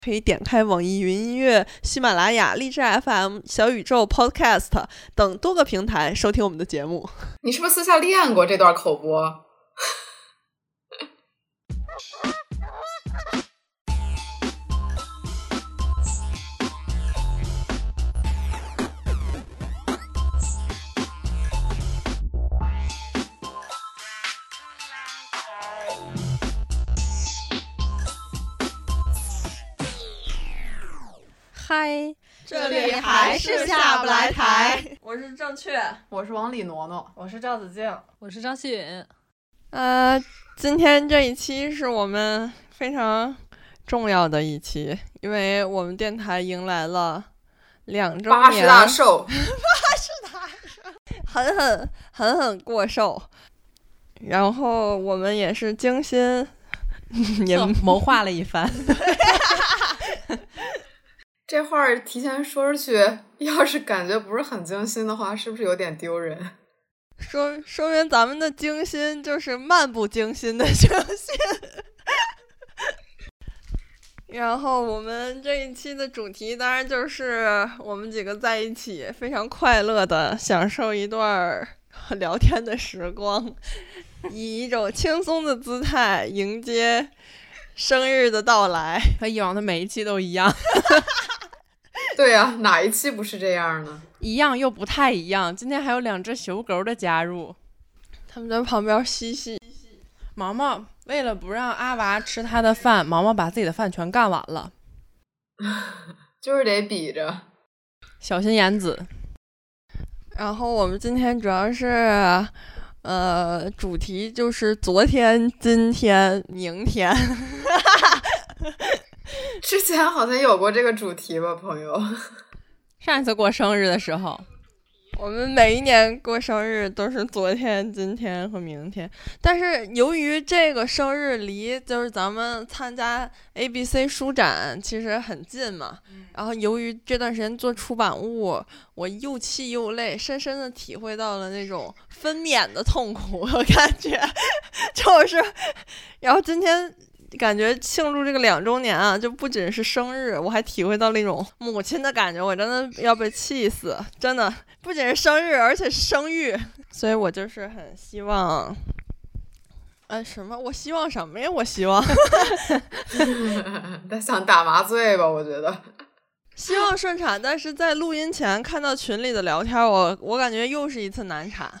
可以点开网易云音乐、喜马拉雅、荔枝 FM、小宇宙 Podcast 等多个平台收听我们的节目。 你是不是私下练过这段口播？ 嗨，这里还是下不来台。我是正确， 我是王李挪挪， 我是赵子静， 我是张希允。 今天这一期是我们非常重要的一期，因为我们电台迎来了2周年 80大寿 ，80大寿，狠狠过寿。然后我们也是精心也谋划了一番。 这话提前说出去，要是感觉不是很精心的话，是不是有点丢人？ 说明咱们的精心就是漫不经心的精心。然后我们这一期的主题当然就是我们几个在一起非常快乐的享受一段聊天的时光，以一种轻松的姿态迎接生日的到来。 和以往的每一期都一样。 对呀，哪一期不是这样呢？ 一样又不太一样。今天还有2只小狗的加入， 他们在旁边嬉戏。 毛毛为了不让阿娃吃他的饭，毛毛把自己的饭全干完了。 就是得比着， 小心眼子。 然后我们今天主要是主题就是昨天、今天、明天。 之前好像有过这个主题吧，朋友。 上一次过生日的时候， 我们每一年过生日都是昨天、今天和明天，但是由于这个生日离就是咱们参加 ABC 书展其实很近嘛，然后由于这段时间做出版物，我又气又累，深深的体会到了那种分娩的痛苦，我感觉就是，然后今天感觉庆祝这个2周年啊，就不仅是生日，我还体会到那种母亲的感觉，我真的要被气死，真的不仅是生日，而且是生育，所以我就是很希望，什么？我希望什么呀？我希望， 他想打麻醉吧？我觉得希望顺产，但是在录音前看到群里的聊天，我感觉又是一次难产。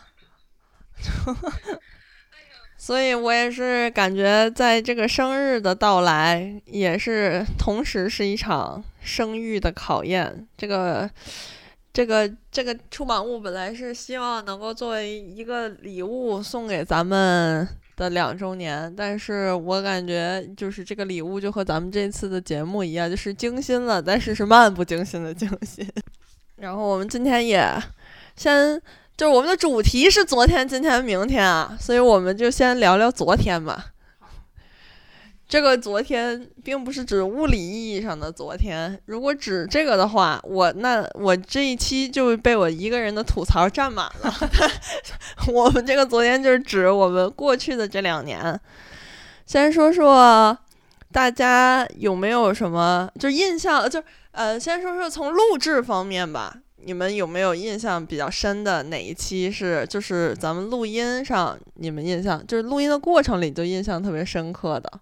所以我也是感觉在这个生日的到来也是同时是一场生育的考验。这个出版物本来是希望能够作为一个礼物送给咱们的2周年，但是我感觉就是这个礼物就和咱们这次的节目一样，就是精心了，但是是漫不经心的精心。然后我们今天也就是我们的主题是昨天、今天、明天啊，所以我们就先聊聊昨天吧。这个昨天并不是指物理意义上的昨天，如果指这个的话，我这一期就被我一个人的吐槽占满了。我们这个昨天就是指我们过去的这2年。先说说大家有没有什么就印象，先说说从录制方面吧。你们有没有印象比较深的哪一期是就是咱们录音上你们印象就是录音的过程里就印象特别深刻的？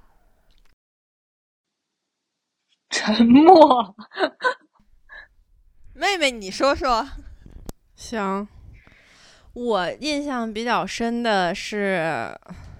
沉默。 妹妹你说说。 行，我印象比较深的是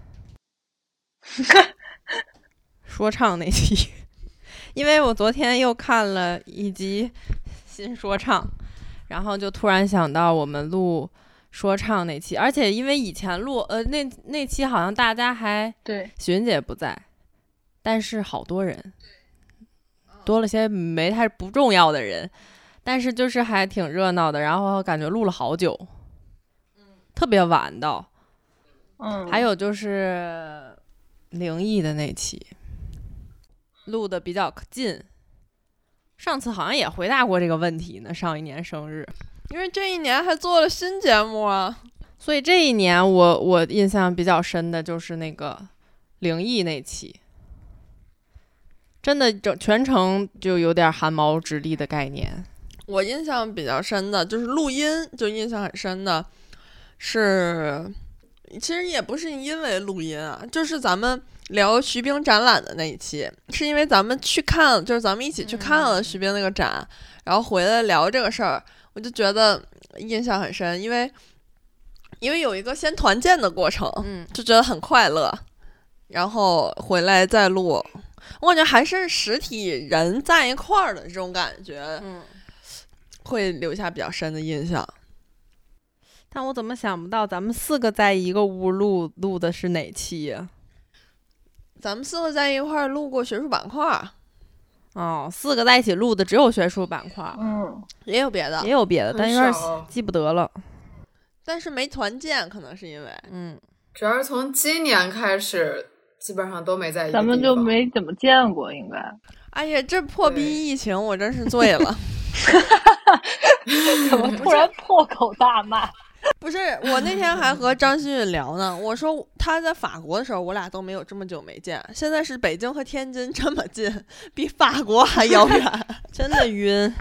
说唱那期，因为我昨天又看了一集新说唱，然后就突然想到我们录说唱那期，而且因为以前录那期好像大家还对许姐不在，但是好多人，多了些没太不重要的人，但是就是还挺热闹的，然后感觉录了好久，特别晚到。还有就是灵异的那期录的比较近，上次好像也回答过这个问题呢，上一年生日， 因为这一年还做了新节目啊， 所以这一年我印象比较深的就是那个灵异那期。 真的全程就有点汗毛直立的概念。 我印象比较深的就是录音，就印象很深的是，其实也不是因为录音啊，就是咱们聊徐冰展览的那一期，是因为咱们去看，就是咱们一起去看了徐冰那个展，然后回来聊这个事儿，我就觉得印象很深，因为有一个先团建的过程，就觉得很快乐，然后回来再录，我感觉还是实体人在一块儿的这种感觉，会留下比较深的印象。 但我怎么想不到咱们4个在一个屋录的是哪期呀？ 咱们4个在一块儿录过学术板块。 哦，4个在一起录的只有学术板块。 也有别的， 但有点记不得了。 但是没团建，可能是因为主要是从今年开始基本上都没在一个地方， 咱们就没怎么见过，应该。 哎呀，这破逼疫情我真是醉了。 怎么突然破口大骂？ 不是，我那天还和张馨予聊呢，我说他在法国的时候我俩都没有这么久没见，现在是北京和天津这么近，比法国还遥远。 真的晕。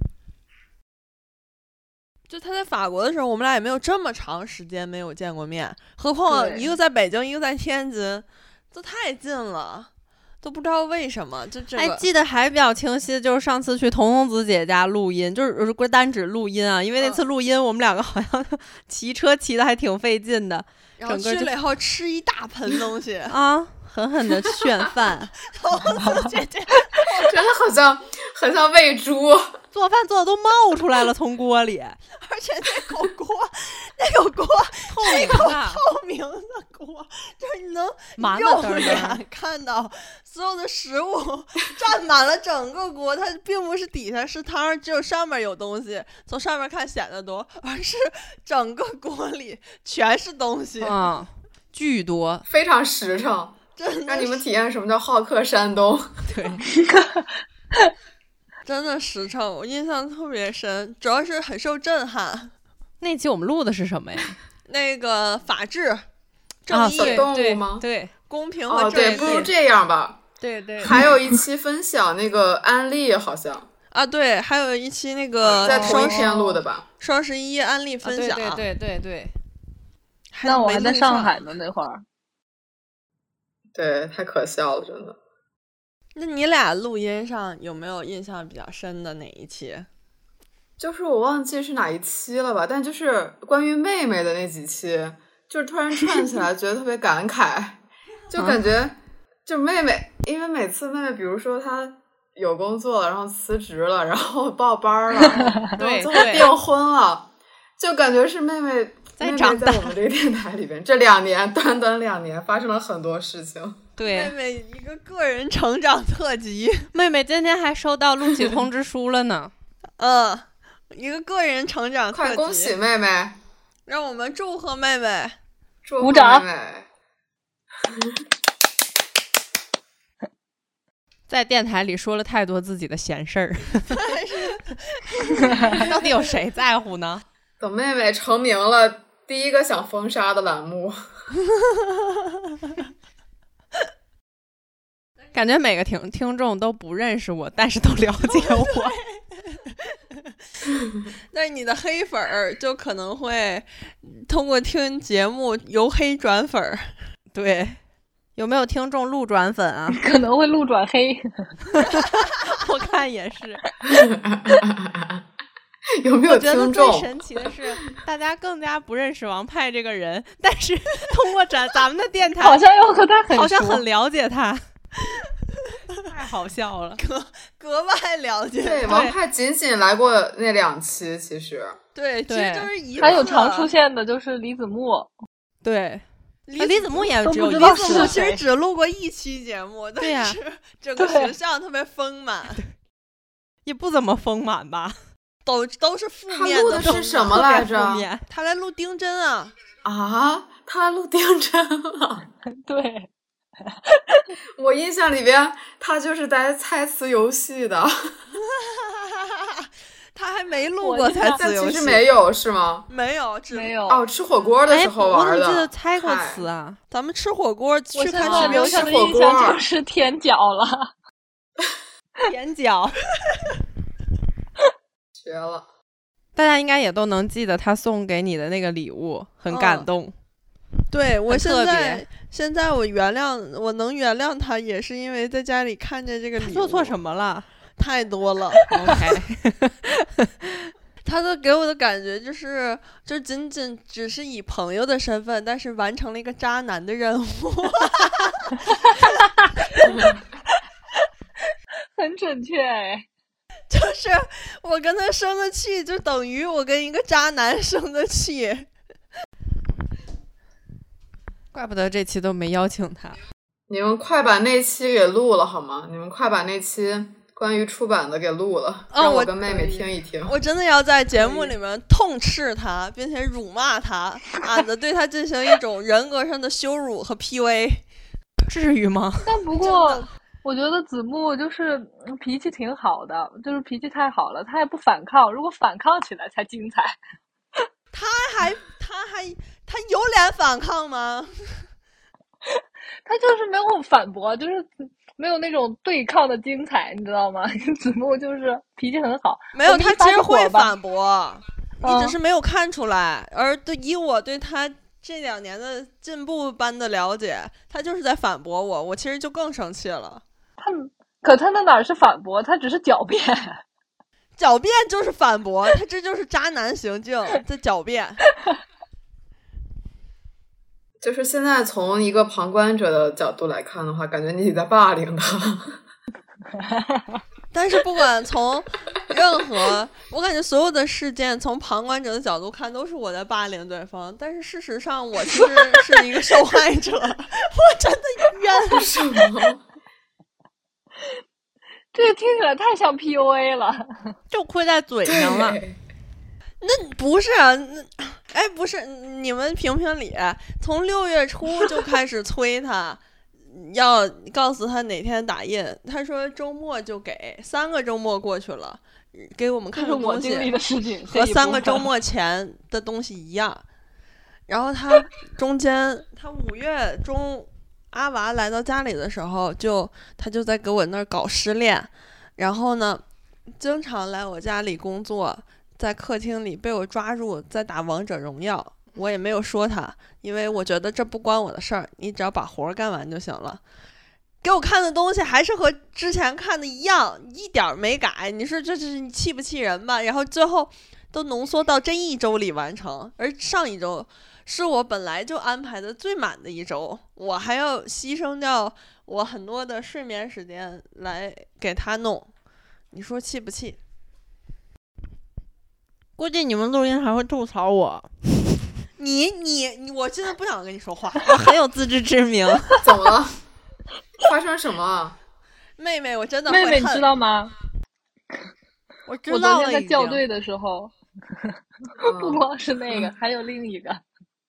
就他在法国的时候我们俩也没有这么长时间没有见过面，何况一个在北京一个在天津，这太近了，都不知道为什么。就这个记得还比较清晰，就是上次去童童子姐家录音，就是单指录音啊，因为那次录音我们2个好像骑车骑的还挺费劲的， 然后去了以后吃一大盆东西啊，狠狠的炫饭。 童子姐姐真的很像喂猪， 做饭做的都冒出来了，从锅里， 而且那个锅透明的锅，就是你能肉眼看到所有的食物占满了整个锅，它并不是底下是汤，只有上面有东西，从上面看显得多，而是整个锅里全是东西， 巨多， 非常实诚，让你们体验什么叫好客山东。 对。 真的实诚，我印象特别深，主要是很受震撼。 那期我们录的是什么呀？ 那个法治、正义、 动物吗？ 对， 公平和正义。 对，不如这样吧。 对。 还有一期分享那个安利，好像啊，对，还有一期那个在同一天录的吧？ 双11安利分享。 对。 那我还在上海呢，那会儿。 对，太可笑了，真的。 那你俩录音上有没有印象比较深的哪一期？ 就是我忘记是哪一期了吧，但就是关于妹妹的那几期，就是突然串起来，觉得特别感慨，就感觉就妹妹，因为每次妹妹，比如说她有工作了，然后辞职了，然后报班了，然后最后订婚了，就感觉是妹妹在我们这个电台里边，这短短2年发生了很多事情。 对， 妹妹一个个人成长特辑， 妹妹今天还收到录取通知书了呢。 一个个人成长特辑， 快恭喜妹妹！ 让我们祝贺妹妹， 鼓掌！ 在电台里说了太多自己的闲事儿，到底有谁在乎呢？ 等妹妹成名了，第一个想封杀的栏目。 感觉每个听众都不认识我，但是都了解我。 但是你的黑粉儿就可能会通过听节目由黑转粉儿。 对，有没有听众路转粉啊？ 可能会路转黑。 我看也是。 有没有听众？ 我觉得最神奇的是，大家更加不认识王派这个人，但是通过咱们的电台， 好像又和他好像很了解他。太好笑了， 格外了解。 对，王派仅来过那2期，其实对，其实就是一个。 还有常出现的就是李子木， 对，李子木也只有李子木其实只录过1期节目，但是整个形象特别丰满， 也不怎么丰满吧， 都是负面的。 他录的是什么来着？ 他来录丁真啊！ 他来录丁真了。 对。 我印象里边他就是在猜词游戏的。 他还没录过猜词游戏， 其实没有是吗？ 没有， 没有。 吃火锅的时候玩的。 我怎么记得猜过词啊？ 咱们吃火锅去看留下的印象就是舔脚了。 踮脚。 绝了！ 大家应该也都能记得他送给你的那个礼物，很感动。 对，我现特在别我能原谅他，也是因为在家里看见这个礼物。 做错什么了？ 太多了。 OK， 他的给我的感觉就仅仅只是以朋友的身份，但是完成了一个渣男的任务。 很准确哎。 就是我跟他生的气，就等于我跟一个渣男生的气。 怪不得这期都没邀请他。 你们快把那期给录了好吗？你们快把那期关于出版的给录了，让我跟妹妹听一听。 我真的要在节目里面痛斥他，并且辱骂他，对他进行一种人格上的羞辱和 PUA。 至于吗？ 但不过我觉得子木就是脾气挺好的，就是脾气太好了，他也不反抗，如果反抗起来才精彩。 他有脸反抗吗？ 他就是没有反驳，就是没有那种对抗的精彩，你知道吗？子木就是脾气很好， 没有，他其实会反驳，你只是没有看出来。而以我对他这2年的进步般的了解，他就是在反驳我，我其实就更生气了。 可他那哪儿是反驳，他只是狡辩。 狡辩就是反驳，他这就是渣男行径，在狡辩。 就是现在从一个旁观者的角度来看的话，感觉你在霸凌他。 但是不管从任何，我感觉所有的事件从旁观者的角度看都是我在霸凌对方，但是事实上我其实是一个受害者。我真的冤什么？ 这个听起来太像 PUA 了， 就亏在嘴上了。 那不是啊，不是，你们评评理，从6月初就开始催他，要告诉他哪天打印，他说周末就给，3个周末过去了，给我们看的东西这是我经历的事情， 和3个周末前的东西一样。然后他中间，他5月中阿娃来到家里的时候，他就在给我那儿搞失恋，然后呢，经常来我家里工作。在客厅里被我抓住在打王者荣耀，我也没有说他，因为我觉得这不关我的事儿，你只要把活干完就行了。给我看的东西还是和之前看的一样，一点没改，你说这是气不气人吧？然后最后都浓缩到这1周里完成，而上1周是我本来就安排的最满的1周，我还要牺牲掉我很多的睡眠时间来给他弄，你说气不气？ 估计你们录音还会吐槽我。 你，我真的不想跟你说话。 我很有自知之明。 怎么了？发生什么？ 妹妹，我真的会妹妹，你知道吗？ 我知道了。 我昨天在校对的时候，不光是那个，还有另一个。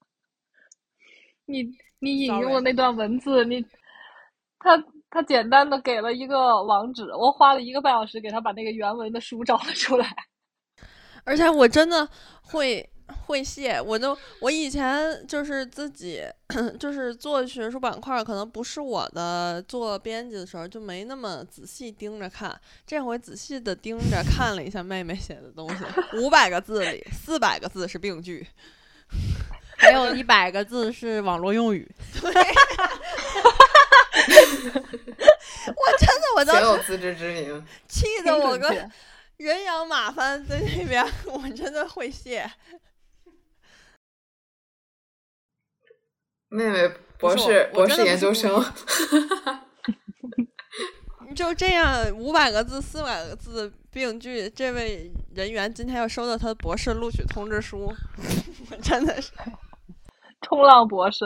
你引用的那段文字，他简单的给了一个网址，我花了1个半小时给他把那个原文的书找了出来。 而且我真的会写，我以前就是自己就是做学术板块，可能不是我的做编辑的时候就没那么仔细盯着看，这回仔细的盯着看了一下妹妹写的东西，500个字里400个字是病句， 还有100个字是网络用语。 对。我当时挺有自知之明， 气得我个人仰马翻在那边，我真的会谢。 妹妹博士研究生。 就这样500个字400个字病句，这位人员今天要收到他的博士录取通知书。我真的是冲浪博士，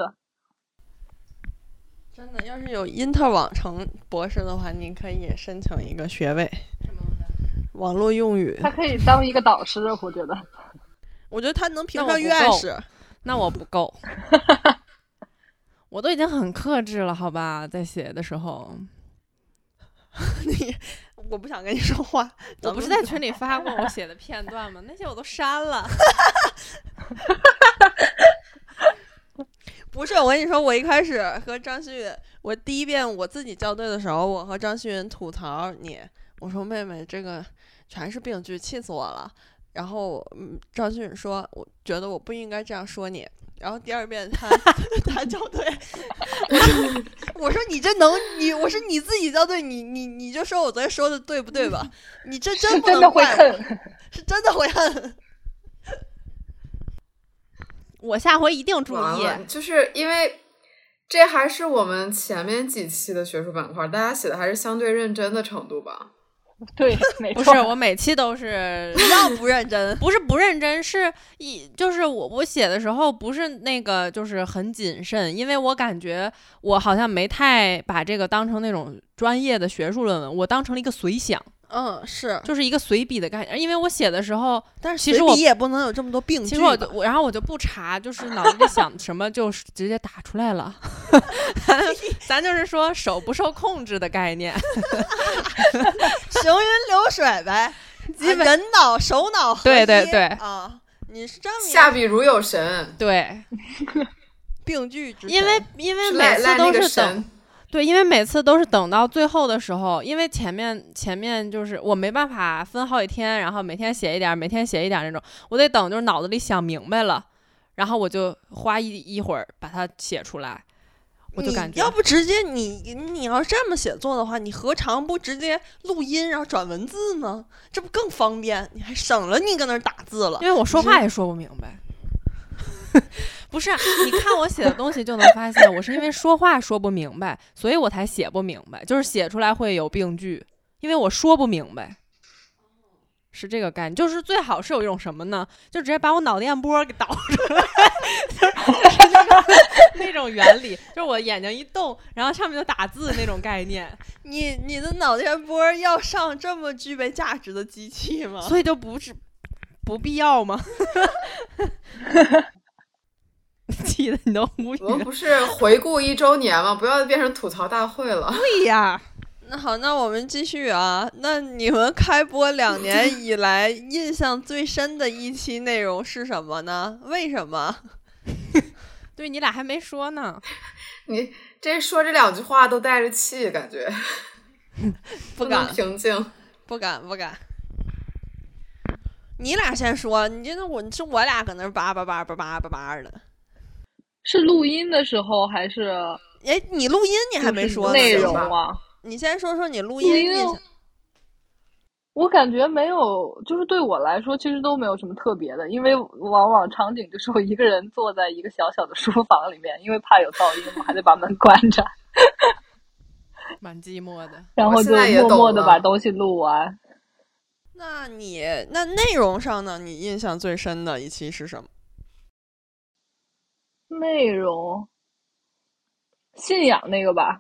真的要是有因特网成博士的话，你可以申请一个学位，网络用语。 他可以当一个导师，我觉得。 我觉得他能评上院士。 那我不够。我都已经很克制了，好吧，在写的时候。 我不想跟你说话。 我不是在群里发过我写的片段吗？那些我都删了。 不是，我跟你说，我一开始和张馨予， 我第一遍我自己校对的时候，我和张馨予吐槽你，我说妹妹这个全是病句，气死我了。然后张馨予说，我觉得我不应该这样说你。然后第二遍他校对，我说你这能我说你自己校对，你就说我昨天说的对不对吧？你这真不能怪我，是真的会恨。 我下回一定注意。 就是因为这还是我们前面几期的学术板块，大家写的还是相对认真的程度吧。 对，没错。 不是，我每期都是要不认真， 不是不认真，是就是我写的时候不是那个，就是很谨慎，因为我感觉我好像没太把这个当成那种专业的学术论文，我当成了一个随想。 是， 就是一个随笔的概念，因为我写的时时候， 但是其实我也不能有这么多病句。 其实然后我就不查，就是脑子里想什么就直接打出来了。咱就是说手不受控制的概念， 行云流水呗，人脑手脑合一。 对啊，你是这么下笔如有神。 对， 病句之神， 因为每次都是等。对，因为每次都是等到最后的时候，因为前面就是我没办法分好几天，然后每天写一点，每天写一点那种，我得等就是脑子里想明白了，然后我就花一会儿把它写出来，我就感觉要不直接你要这么写作的话，你何尝不直接录音然后转文字呢？这不更方便？你还省了你搁那儿打字了， 因为我说话也说不明白。不是，你看我写的东西就能发现，我是因为说话说不明白，所以我才写不明白，就是写出来会有病句，因为我说不明白，是这个概念。就是最好是有一种什么呢？就直接把我脑电波给导出来，就是那种原理，就是我眼睛一动，然后上面就打字那种概念。 你的脑电波要上这么具备价值的机器吗？ 所以就不必要吗？气得你都无语了。 我们不是回顾1周年吗？不要变成吐槽大会了。 对呀。 那好，那我们继续啊。那你们开播2年以来印象最深的一期内容是什么呢？为什么？ 对，你俩还没说呢。 你说这2句话都带着气，感觉不敢平静， 不敢。你俩先说，你这我俩搁那叭的。 是录音的时候还是？ 哎，你录音你还没说呢内容啊？ 你先说说你录音。 我感觉没有，就是对我来说其实都没有什么特别的，因为往往场景就是我一个人坐在一个小小的书房里面，因为怕有噪音，我还得把门关着， 蛮寂寞的。 然后就默默的把东西录完。 那内容上呢？你印象最深的一期是什么？ 内容信仰那个吧，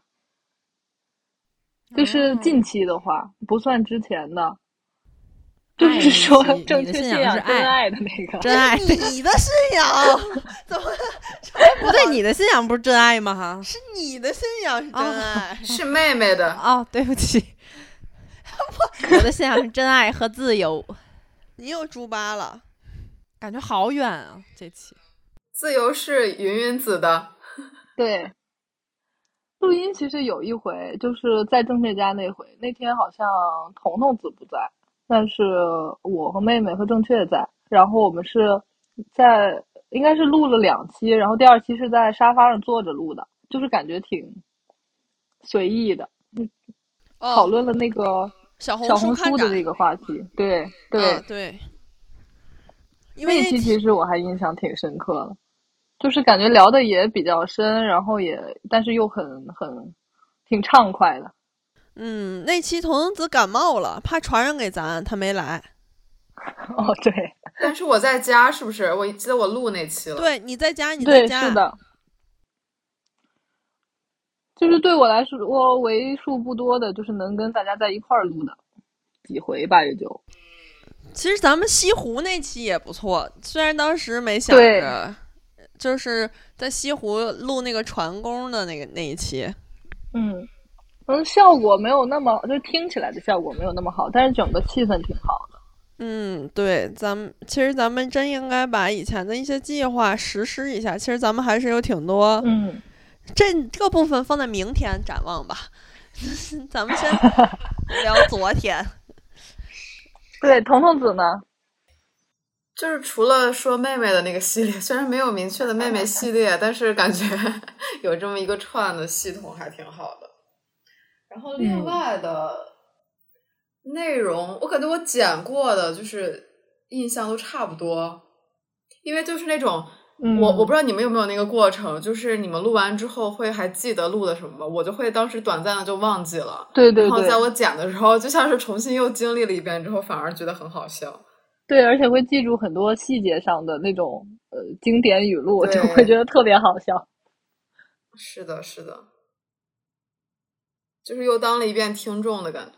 就是近期的话，不算之前的，就是说正确信仰是真爱的那个真爱。 你的信仰怎么不对？你的信仰不是真爱吗？哈， 是你的信仰是真爱， 是妹妹的。 哦，对不起，我的信仰是真爱和自由。 你又猪八了， 感觉好远啊！这期自由是云子的。 对，录音其实有一回就是在正确家那回，那天好像彤彤子不在，但是我和妹妹和正确在，然后我们是在应该是录了2期，然后第2期是在沙发上坐着录的，就是感觉挺随意的，讨论了那个小红书的这个话题。对， 因为那期其实我还印象挺深刻的，就是感觉聊的也比较深，然后但是又挺畅快的。 那期童子感冒了，怕传染给咱，他没来。 哦，对。 但是我在家，是不是？我记得我录那期了。 对，你在家， 对，是的。就是对我来说，我为数不多的，就是能跟大家在一块儿录的几回吧，也就。 其实咱们西湖那期也不错，虽然当时没想着，就是在西湖录那个船工的那一期。 效果没有那么，就听起来的效果没有那么好，但是整个气氛挺好的。 对，其实咱们真应该把以前的一些计划实施一下。其实咱们还是有挺多这个部分放在明天展望吧。咱们先聊昨天。 对，彤彤子呢？ 就是除了说妹妹的那个系列，虽然没有明确的妹妹系列，但是感觉有这么一个串的系统还挺好的。然后另外的内容，我感觉我剪过的就是印象都差不多，因为就是那种。我不知道你们有没有那个过程，就是你们录完之后会还记得录的什么吗？我就会当时短暂的就忘记了， 对对对， 然后在我剪的时候就像是重新又经历了一遍之后，反而觉得很好笑。 对，而且会记住很多细节上的那种经典语录，就会觉得特别好笑。 是的，是的，就是又当了一遍听众的感觉。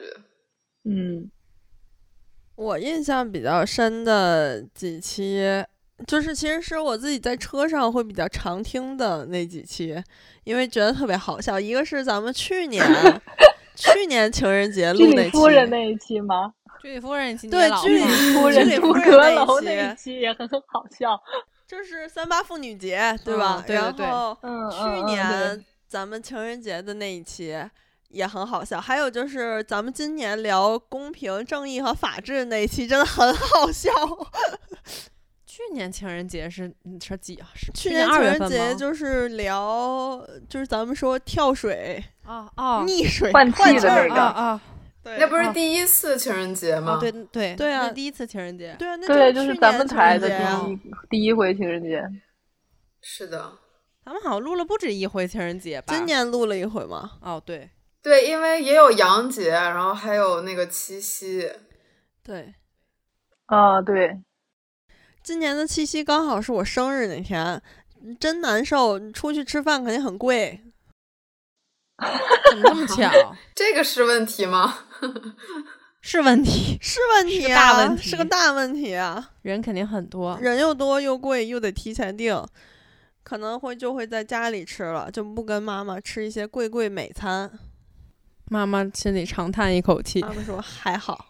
我印象比较深的几期。就是其实是我自己在车上会比较常听的那几期，因为觉得特别好笑。一个是咱们去年情人节录那期， 居里夫人那一期吗？ 居里夫人那期， 对，居里夫人住阁楼那一期也很好笑， 就是38妇女节，对吧？ 对对对。 然后去年咱们情人节的那一期也很好笑，还有就是咱们今年聊公平正义和法治那一期真的很好笑。 去年情人节是几啊？是去年情人节就是聊，就是咱们说跳水溺水换气的那个那不是第一次情人节吗？ 对对对啊， 第一次情人节。 对啊，那对，就是咱们台的第一回情人节。 是的， 咱们好像录了不止一回情人节吧？ 今年录了一回吗？ 哦，对对，因为也有洋节，然后还有那个七夕。 对， 对。 今年的七夕刚好是我生日那天，真难受。出去吃饭肯定很贵， 怎么这么巧？ 这个是问题吗？ 是问题， 是问题啊，是个大问题啊！ 人肯定很多， 人又多又贵，又得提前订，可能就会在家里吃了，就不跟妈妈吃一些贵美餐。 妈妈心里长叹一口气， 妈妈说还好。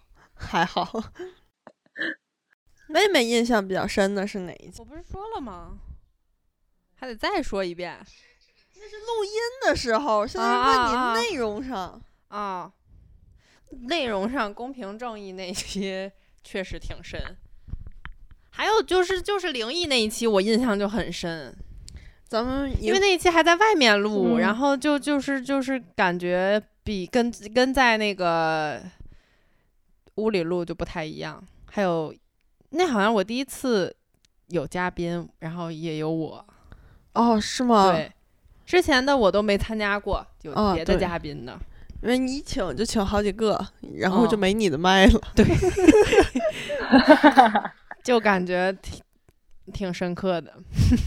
妹妹印象比较深的是哪一集？ 我不是说了吗？还得再说一遍。 那是录音的时候，现在问你内容上内容上公平正义那一期确实挺深。还有就是灵异那一期，我印象就很深。 咱们因为那一期还在外面录，然后就是感觉比跟在那个屋里录就不太一样。还有。那好像我第一次有嘉宾，然后也有我。 是吗？ 对，之前的我都没参加过，有别的嘉宾的。 因为你请就请好几个，然后就没你的麦了。 对，就感觉挺深刻的。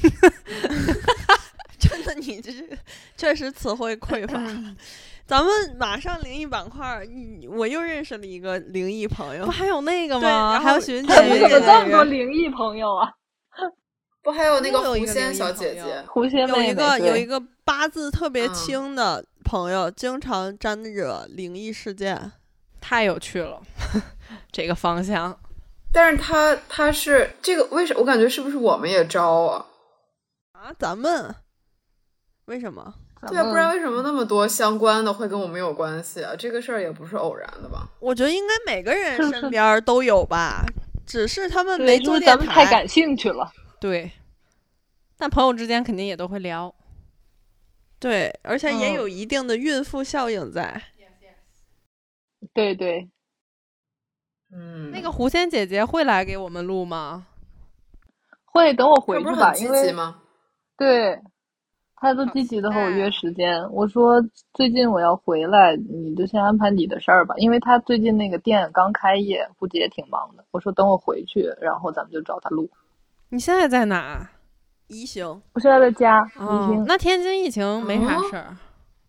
真的，你这确实词汇匮乏。咱们马上灵异板块，我又认识了一个灵异朋友。 不还有那个吗？ 还有徐姐，怎么这么多灵异朋友啊？ 不还有那个狐仙小姐姐？ 狐仙妹妹有一个八字特别轻的朋友，经常沾惹灵异事件， 太有趣了。这个方向。 但是他是这个为什么？我感觉是不是我们也招啊？ 咱们为什么？ 对啊，不然为什么那么多相关的会跟我们有关系啊？这个事儿也不是偶然的吧？ 我觉得应该每个人身边都有吧，只是他们没做电台。 咱们太感兴趣了。 对，但朋友之间肯定也都会聊。 对，而且也有一定的孕妇效应在。 对对。 那个狐仙姐姐会来给我们录吗？ 会，等我回去吧。 因为对。他都积极的和我约时间，我说最近我要回来，你就先安排你的事儿吧，因为他最近那个店刚开业，估计也挺忙的。我说等我回去，然后咱们就找他录。 你现在在哪？ 宜兴。 我现在在家。宜兴。 那天津疫情没啥事儿。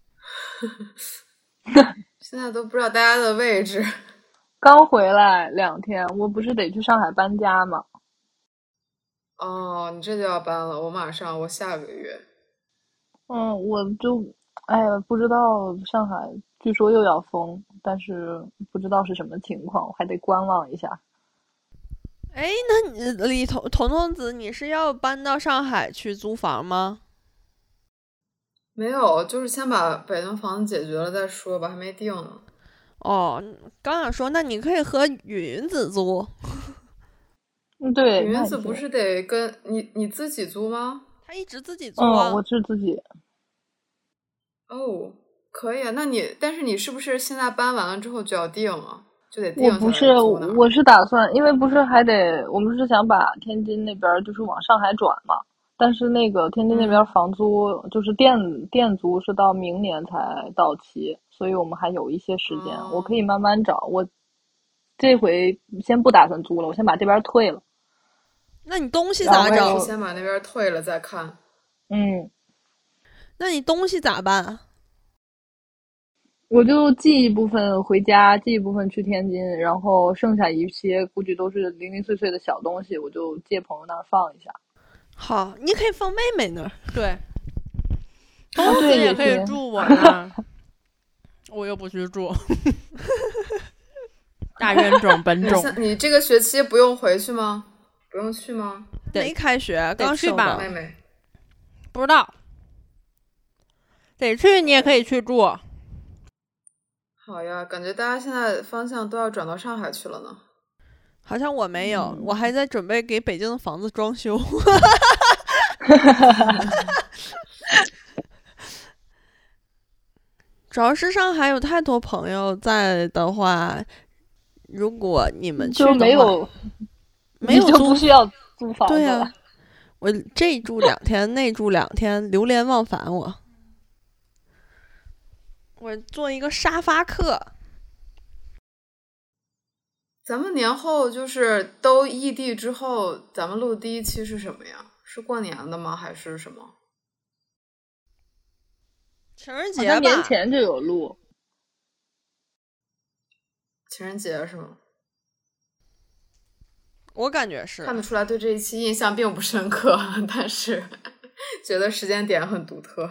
现在都不知道大家的位置。 刚回来2天，我不是得去上海搬家吗？ 你这就要搬了，我下个月。 我就不知道上海据说又要封，但是不知道是什么情况，我还得观望一下。 那你彤彤子，你是要搬到上海去租房吗？ 没有，就是先把北京房子解决了再说吧，还没定呢。 哦，刚想说，那你可以和云子租。 对， 云子不是得跟你自己租吗？ 他一直自己租啊。 我是自己。 哦，可以啊。但是你是不是现在搬完了之后就要定啊？就得定下来我不是， 租呢？ 我是打算，因为不是还得，我们是想把天津那边就是往上海转嘛。但是那个天津那边房租就是店租是到明年才到期，所以我们还有一些时间，我可以慢慢找。我这回先不打算租了，我先把这边退了。 那你东西咋整？ 先把那边退了再看。 那你东西咋办？ 我就寄一部分回家，寄一部分去天津，然后剩下一些估计都是零零碎碎的小东西，我就借朋友那儿放一下。 好，你可以放妹妹那儿。 对， 对， 也可以住我那儿。我又不去住。大冤种本种。 你这个学期不用回去吗？不用去吗？ 没开学，刚去吧。 妹妹不知道，得去你也可以去住。 好呀，感觉大家现在方向都要转到上海去了呢。 好像我没有，我还在准备给北京的房子装修。主要是上海有太多朋友在的话，如果你们去的话， 就没有租就不需要租房子了。 对呀，我这住2天，那住2天，流连忘返我做一个沙发客。 咱们年后就是都异地之后，咱们录第一期是什么呀？是过年的吗？还是什么？ 情人节吧。 年前就有录。 情人节是吗？ 我感觉是。 看得出来对这一期印象并不深刻，但是觉得时间点很独特。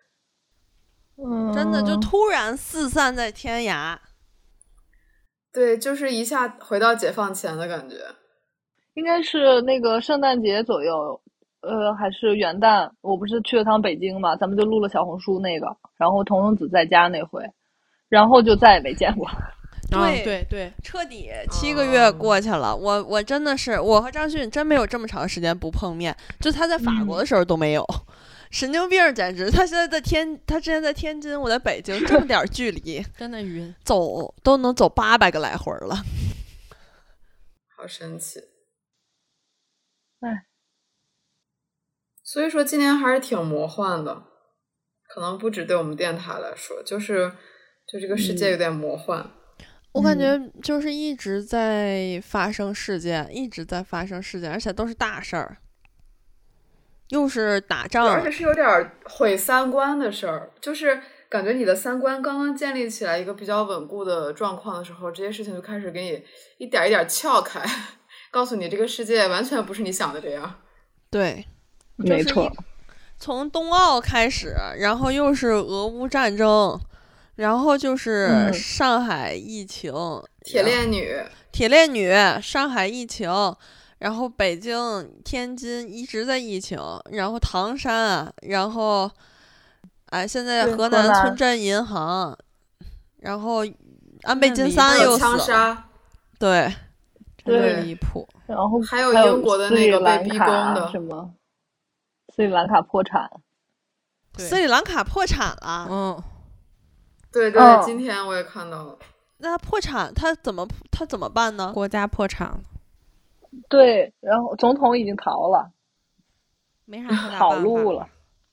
真的就突然四散在天涯。 对，就是一下回到解放前的感觉。 应该是那个圣诞节左右，还是元旦？我不是去了趟北京嘛，咱们就录了小红书那个，然后童童子在家那回，然后就再也没见过。 对，彻底7个月过去了。我真的是，我和张迅真没有这么长时间不碰面，就他在法国的时候都没有。神经病简直！他之前在天津，我在北京，这么点距离， 真的晕， 走都能走800个来回了， 好神奇！ 哎， 所以说今年还是挺魔幻的，可能不止对我们电台来说，就这个世界有点魔幻。 我感觉就是一直在发生事件，一直在发生事件，而且都是大事儿。又是打仗， 而且是有点毁三观的事儿，就是感觉你的三观刚刚建立起来一个比较稳固的状况的时候，这些事情就开始给你一点一点撬开，告诉你这个世界完全不是你想的这样。 对， 没错。 从冬奥开始，然后又是俄乌战争，然后就是上海疫情， 铁链女， 上海疫情。然后北京、天津一直在疫情，然后唐山，然后，现在河南村镇银行，然后安倍晋三又死了，对， 对， 离谱。 然后还有英国的那个被逼宫的什么，斯里兰卡破产， 斯里兰卡破产了， 对，今天我也看到了。 那破产，他怎么办呢？ 国家破产了。 对，然后总统已经逃了， 没啥太大跑路了。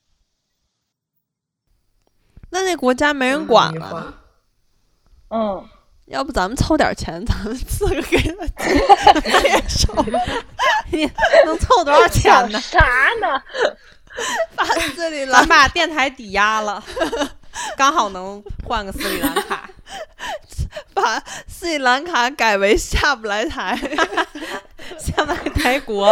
那国家没人管了。要不咱们凑点钱，咱们4个给他接手。 你能凑多少钱呢？ 啥呢？ 咱把电台抵押了，刚好能换个斯里兰卡。 把斯里兰卡改为下不来台， 下不来台国，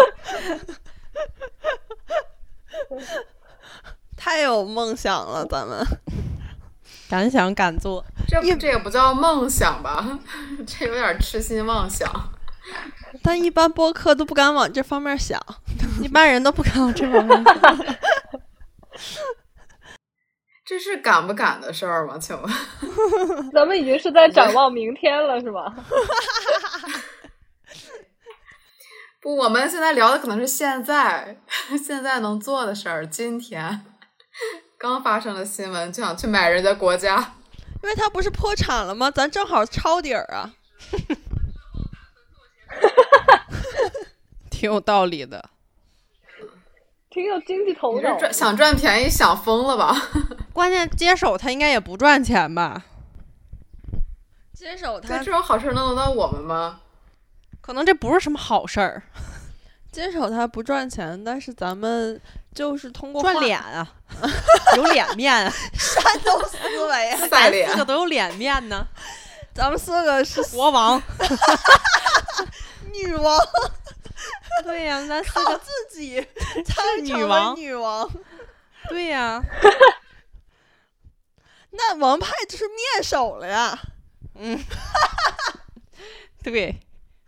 太有梦想了，咱们敢想敢做。 这也不叫梦想吧？这有点痴心妄想。 但一般播客都不敢往这方面想， 一般人都不敢往这方面想。 这是赶不赶的事儿吗？请问， 咱们已经是在展望明天了，是吗？ 不，我们现在聊的可能是现在能做的事儿。今天刚发生的新闻，就想去买人家国家， 因为他不是破产了吗？咱正好抄底儿啊。 挺有道理的， 挺有经济头你脑。 是想赚便宜想疯了吧？ 关键接手他应该也不赚钱吧？ 接手他这种好事能轮到我们吗？ 可能这不是什么好事儿。 接手他不赚钱，但是咱们就是通过赚脸啊，有脸面啊， 山东思维啊， 赛脸 4个都有脸面呢。 咱们4个是国王， 女王， 对呀、咱4 靠个自己才女王女王。 对呀、 那王派就是灭手了呀。 对。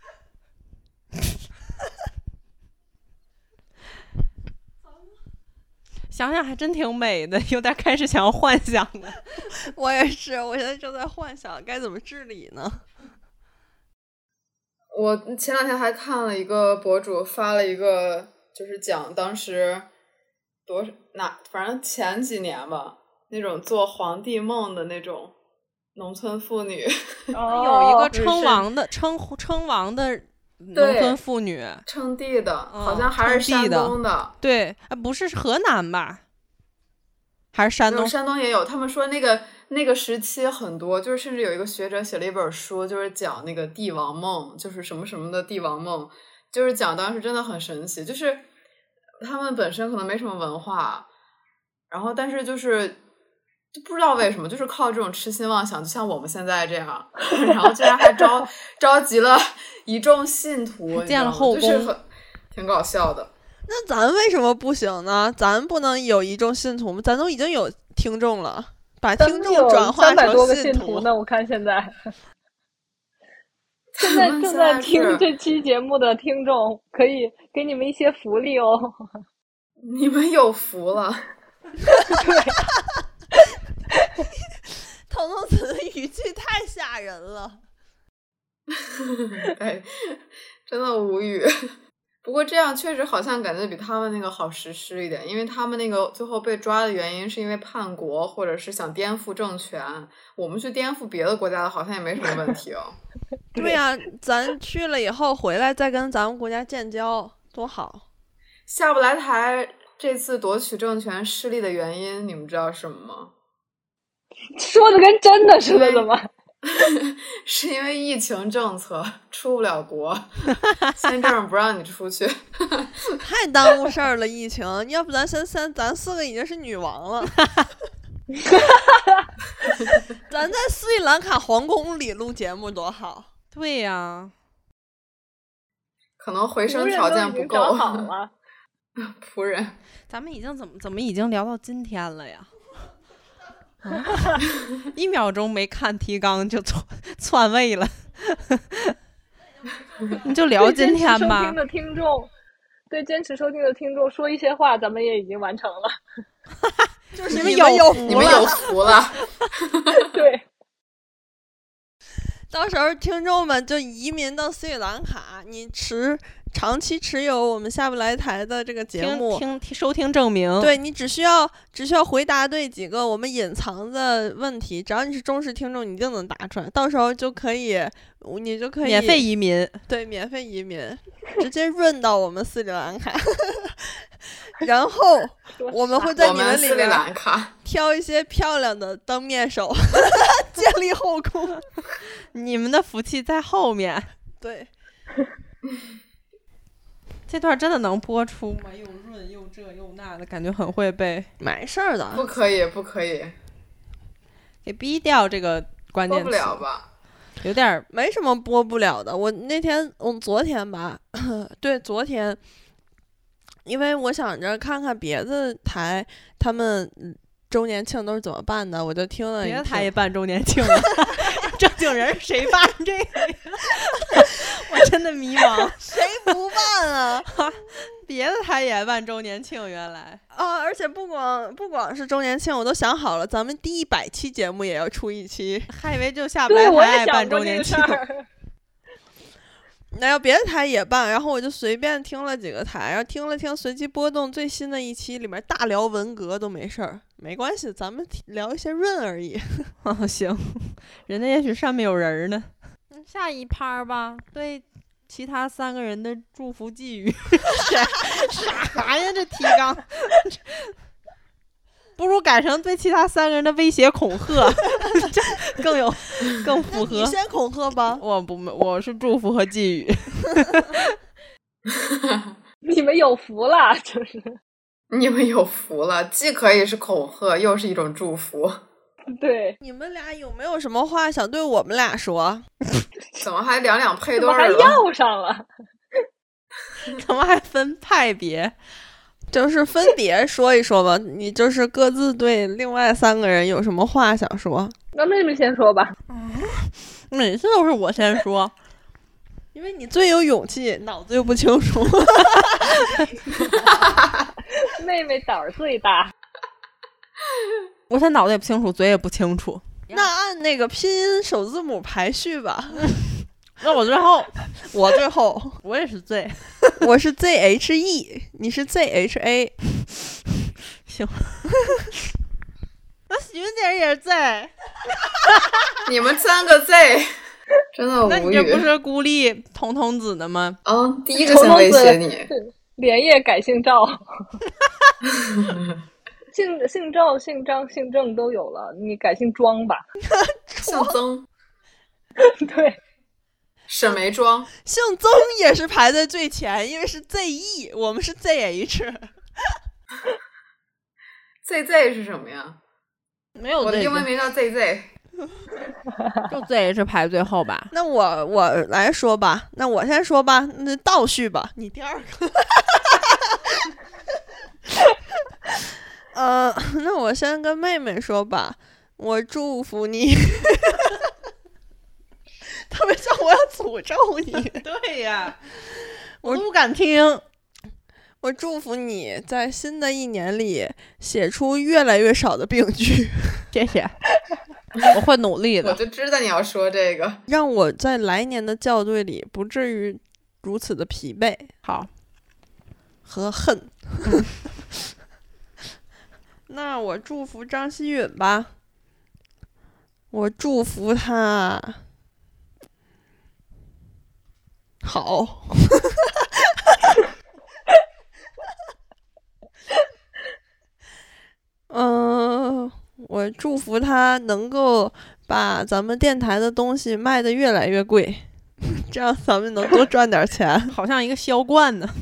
想想还真挺美的，有点开始想要幻想了。 我也是，我现在正在幻想该怎么治理呢。 我前2天还看了一个博主发了一个，就是讲当时反正前几年吧，那种做皇帝梦的那种农村妇女， 有一个称王的农村妇女， 称帝的，好像还是山东的。 对，不是河南吧？还是山东？ 山东也有。他们说那个时期很多，就是甚至有一个学者写了一本书，就是讲那个帝王梦，就是什么什么的帝王梦，就是讲当时真的很神奇，就是他们本身可能没什么文化，然后但是就不知道为什么，就是靠这种痴心妄想，就像我们现在这样，然后竟然还召集了一众信徒， 建了后宫， 就是挺搞笑的。 那咱为什么不行呢？咱不能有一众信徒吗？咱都已经有听众了，把听众转化成 300多个信徒徒呢。我看现在正在听这期节目的听众，可以给你们一些福利哦。 你们有福了。 对。 彤彤子的语气太吓人了。 对，真的无语。不过这样确实好像感觉比他们那个好实施一点，因为他们那个最后被抓的原因是因为叛国或者是想颠覆政权，我们去颠覆别的国家的好像也没什么问题哦。 对呀、咱去了以后回来再跟咱们国家建交多好。 下不来台这次夺取政权失利的原因你们知道什么吗？ 说的跟真的似的，怎么？ 是因为疫情政策出不了国，签证不让你出去。 太耽误事儿了，疫情。要不咱咱4个已经是女王了。咱在斯里兰卡皇宫里录节目多好。 对呀、 可能回声条件不够。 好了。 仆人， 咱们已经怎么已经聊到今天了呀？1秒钟没看提纲就篡位了。你就聊今天吧。 对坚持收听的听众说一些话，咱们也已经完成了。 就是你们有福了。 对。 到时候听众们就移民到斯里兰卡，你长期持有我们下不来台的这个节目， 收听证明。 对，你只需要回答对几个我们隐藏的问题，只要你是忠实听众，你一定能答出来。到时候你就可以免费移民。 对，免费移民，直接润到我们斯里兰卡。然后我们会在你们里面挑一些漂亮的当面手，建立后宫。 你们的福气在后面。 对。 这段真的能播出吗？又润又这又那的感觉，很会背。 没事儿的， 不可以， 给逼掉这个关键词。 播不了吧？ 有点没什么播不了的。我昨天吧，对，昨天，因为我想着看看别的台他们周年庆都是怎么办的，我就听了一听。 别的台也办周年庆了。正经人谁办这个？我真的迷茫。 谁不办啊？ 别的台也办周年庆，原来啊！而且不光是周年庆，我都想好了，咱们第100期节目也要出一期， 还以为就下不来台办周年庆。 那要别的台也办，然后我就随便听了几个台，然后听了听随机波动最新的一期，里面大聊文革都没事儿，没关系，咱们聊一些润而已。 哦，行，人家也许上面有人呢。下一趴吧，对其他3个人的祝福寄语。啥呀？这提纲不如改成对其他3个人的威胁恐吓，这更符合。 你先恐吓吧。 我是祝福和寄语。 你们有福了，就是你们有福了，既可以是恐吓，又是一种祝福。 对， 你们俩有没有什么话想对我们俩说？ 怎么还两配对了？ 怎么还要上了？ 怎么还分派别？ 就是分别说一说吧，你就是各自对另外3个人有什么话想说？ 那妹妹先说吧。 每次都是我先说， 因为你最有勇气，脑子又不清楚。 妹妹胆儿最大。 我现在脑子也不清楚，嘴也不清楚。 那按那个拼音首字母排序吧。 那我最后， 我也是最， 我是 ZHE， 你是 ZHA。 行。那徐姐也是 Z。 你们3个 Z， 真的无语。 那你这不是孤立童子的吗？ 第一个先威胁你。 连夜改姓赵。姓赵、姓张、姓郑都有了，你改姓庄吧。 姓曾。 对。 沈眉庄。 姓曾也是排在最前，因为是 ZE， 我们是 ZH。 ZZ 是什么呀？ 没有， 我的英文名叫 ZZ。 就 ZH 排最后吧。 那我来说吧，那我先说吧，那倒序吧，你第2个。那我先跟妹妹说吧，我祝福你。特别像我要诅咒你。 对呀，我都不敢听。 我祝福你在新的1年里写出越来越少的病句。 谢谢，我会努力的。 我就知道你要说这个， 让我在来年的校对里不至于如此的疲惫。 好， 和恨。那我祝福张希允吧，我祝福他好。我祝福他能够把咱们电台的东西卖得越来越贵，这样咱们能多赚点钱。 好像一个销冠呢。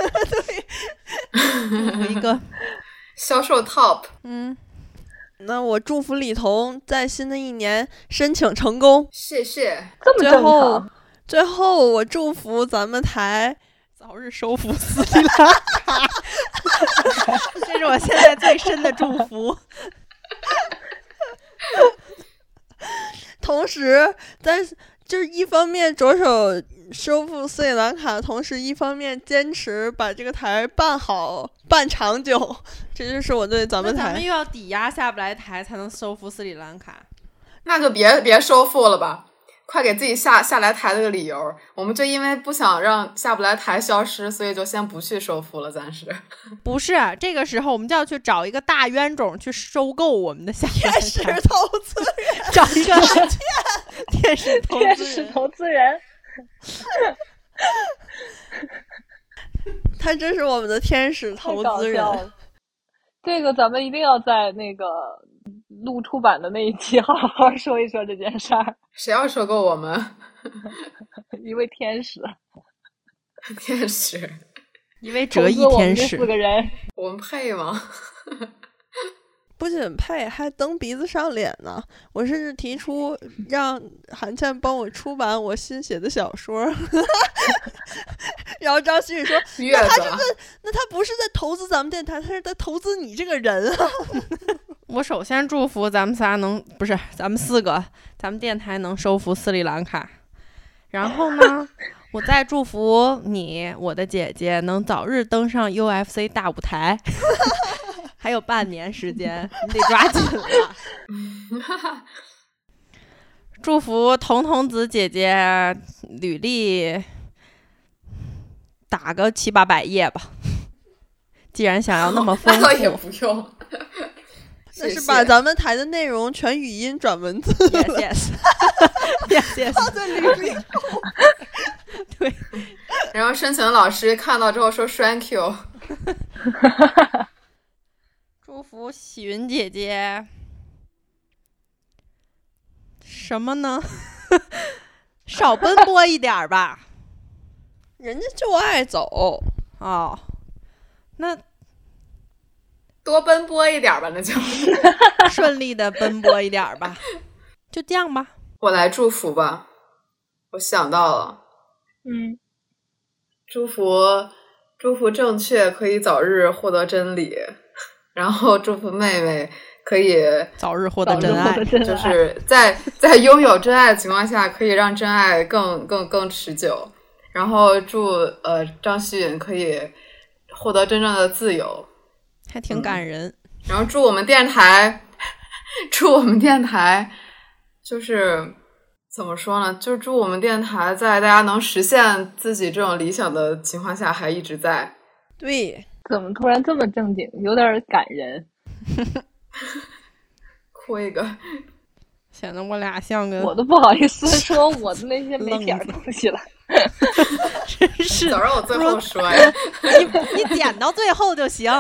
对，一个销售 top。 那我祝福李彤在新的1年申请成功。 谢谢。 这么正常。 最后我祝福咱们台早日收复斯里兰卡。 这是我现在最深的祝福。 同时就是一方面着手收复斯里兰卡，同时一方面坚持把这个台办好办长久，这就是我对咱们台。 咱们又要抵押下不来台才能收复斯里兰卡， 那就别收复了吧，快给自己下来台的个理由。我们就因为不想让下不来台消失，所以就先不去收复了，暂时。 不是，这个时候我们就要去找一个大冤种去收购我们的下不来台。 天使投资人， 找一个天使投资人。 他真是我们的天使投资人。 这个咱们一定要在那个录出版的那一期好好说一说这件事儿。 谁要收购我们？ 一位天使。 天使。 一位折翼天使。 我们4个人， 我们配吗？ 不仅配，还蹬鼻子上脸呢。我甚至提出让韩倩帮我出版我新写的小说。然后张馨予说：“那他不是在投资咱们电台，他是在投资你这个人啊。” 我首先祝福咱们4个，咱们电台能收复斯里兰卡。然后呢， 我再祝福你，我的姐姐，能早日登上 UFC 大舞台。还有半年时间，你得抓紧了。祝福童童子姐姐履历打个700-800页吧。既然想要那么丰富， 那倒也不用。 那是把咱们台的内容全语音转文字。 yes yes 放在履历。 对。 然后申请老师看到之后说 thank you。 祝福喜云姐姐。什么呢？少奔波一点吧。 人家就爱走哦，那多奔波一点吧，那就顺利的奔波一点吧，就这样吧。 我来祝福吧，我想到了，祝福正确可以早日获得真理，然后祝福妹妹可以早日获得真爱， 就是在拥有真爱的情况下，可以让真爱更持久。然后祝张希允可以获得真正的自由， 还挺感人。 然后祝我们电台就是怎么说呢？就是祝我们电台在大家能实现自己这种理想的情况下还一直在。 对， 怎么突然这么正经，有点感人。 哭一个， 显得我俩像个…… 我都不好意思说我的那些没点东西了。 真是， 早让我最后说呀！ 你剪到最后就行。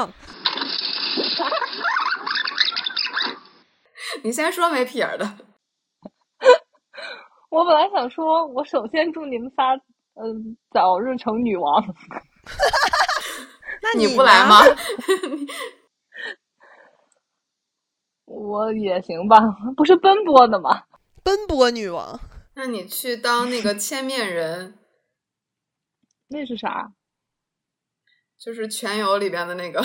你先说没撇儿的。 我本来想说，我首先祝你们仨，早日成女王。 那你不来吗？ 我也行吧，不是奔波的吗？ 奔波女王。 那你去当那个千面人。 那是啥？ 就是全游里边的那个。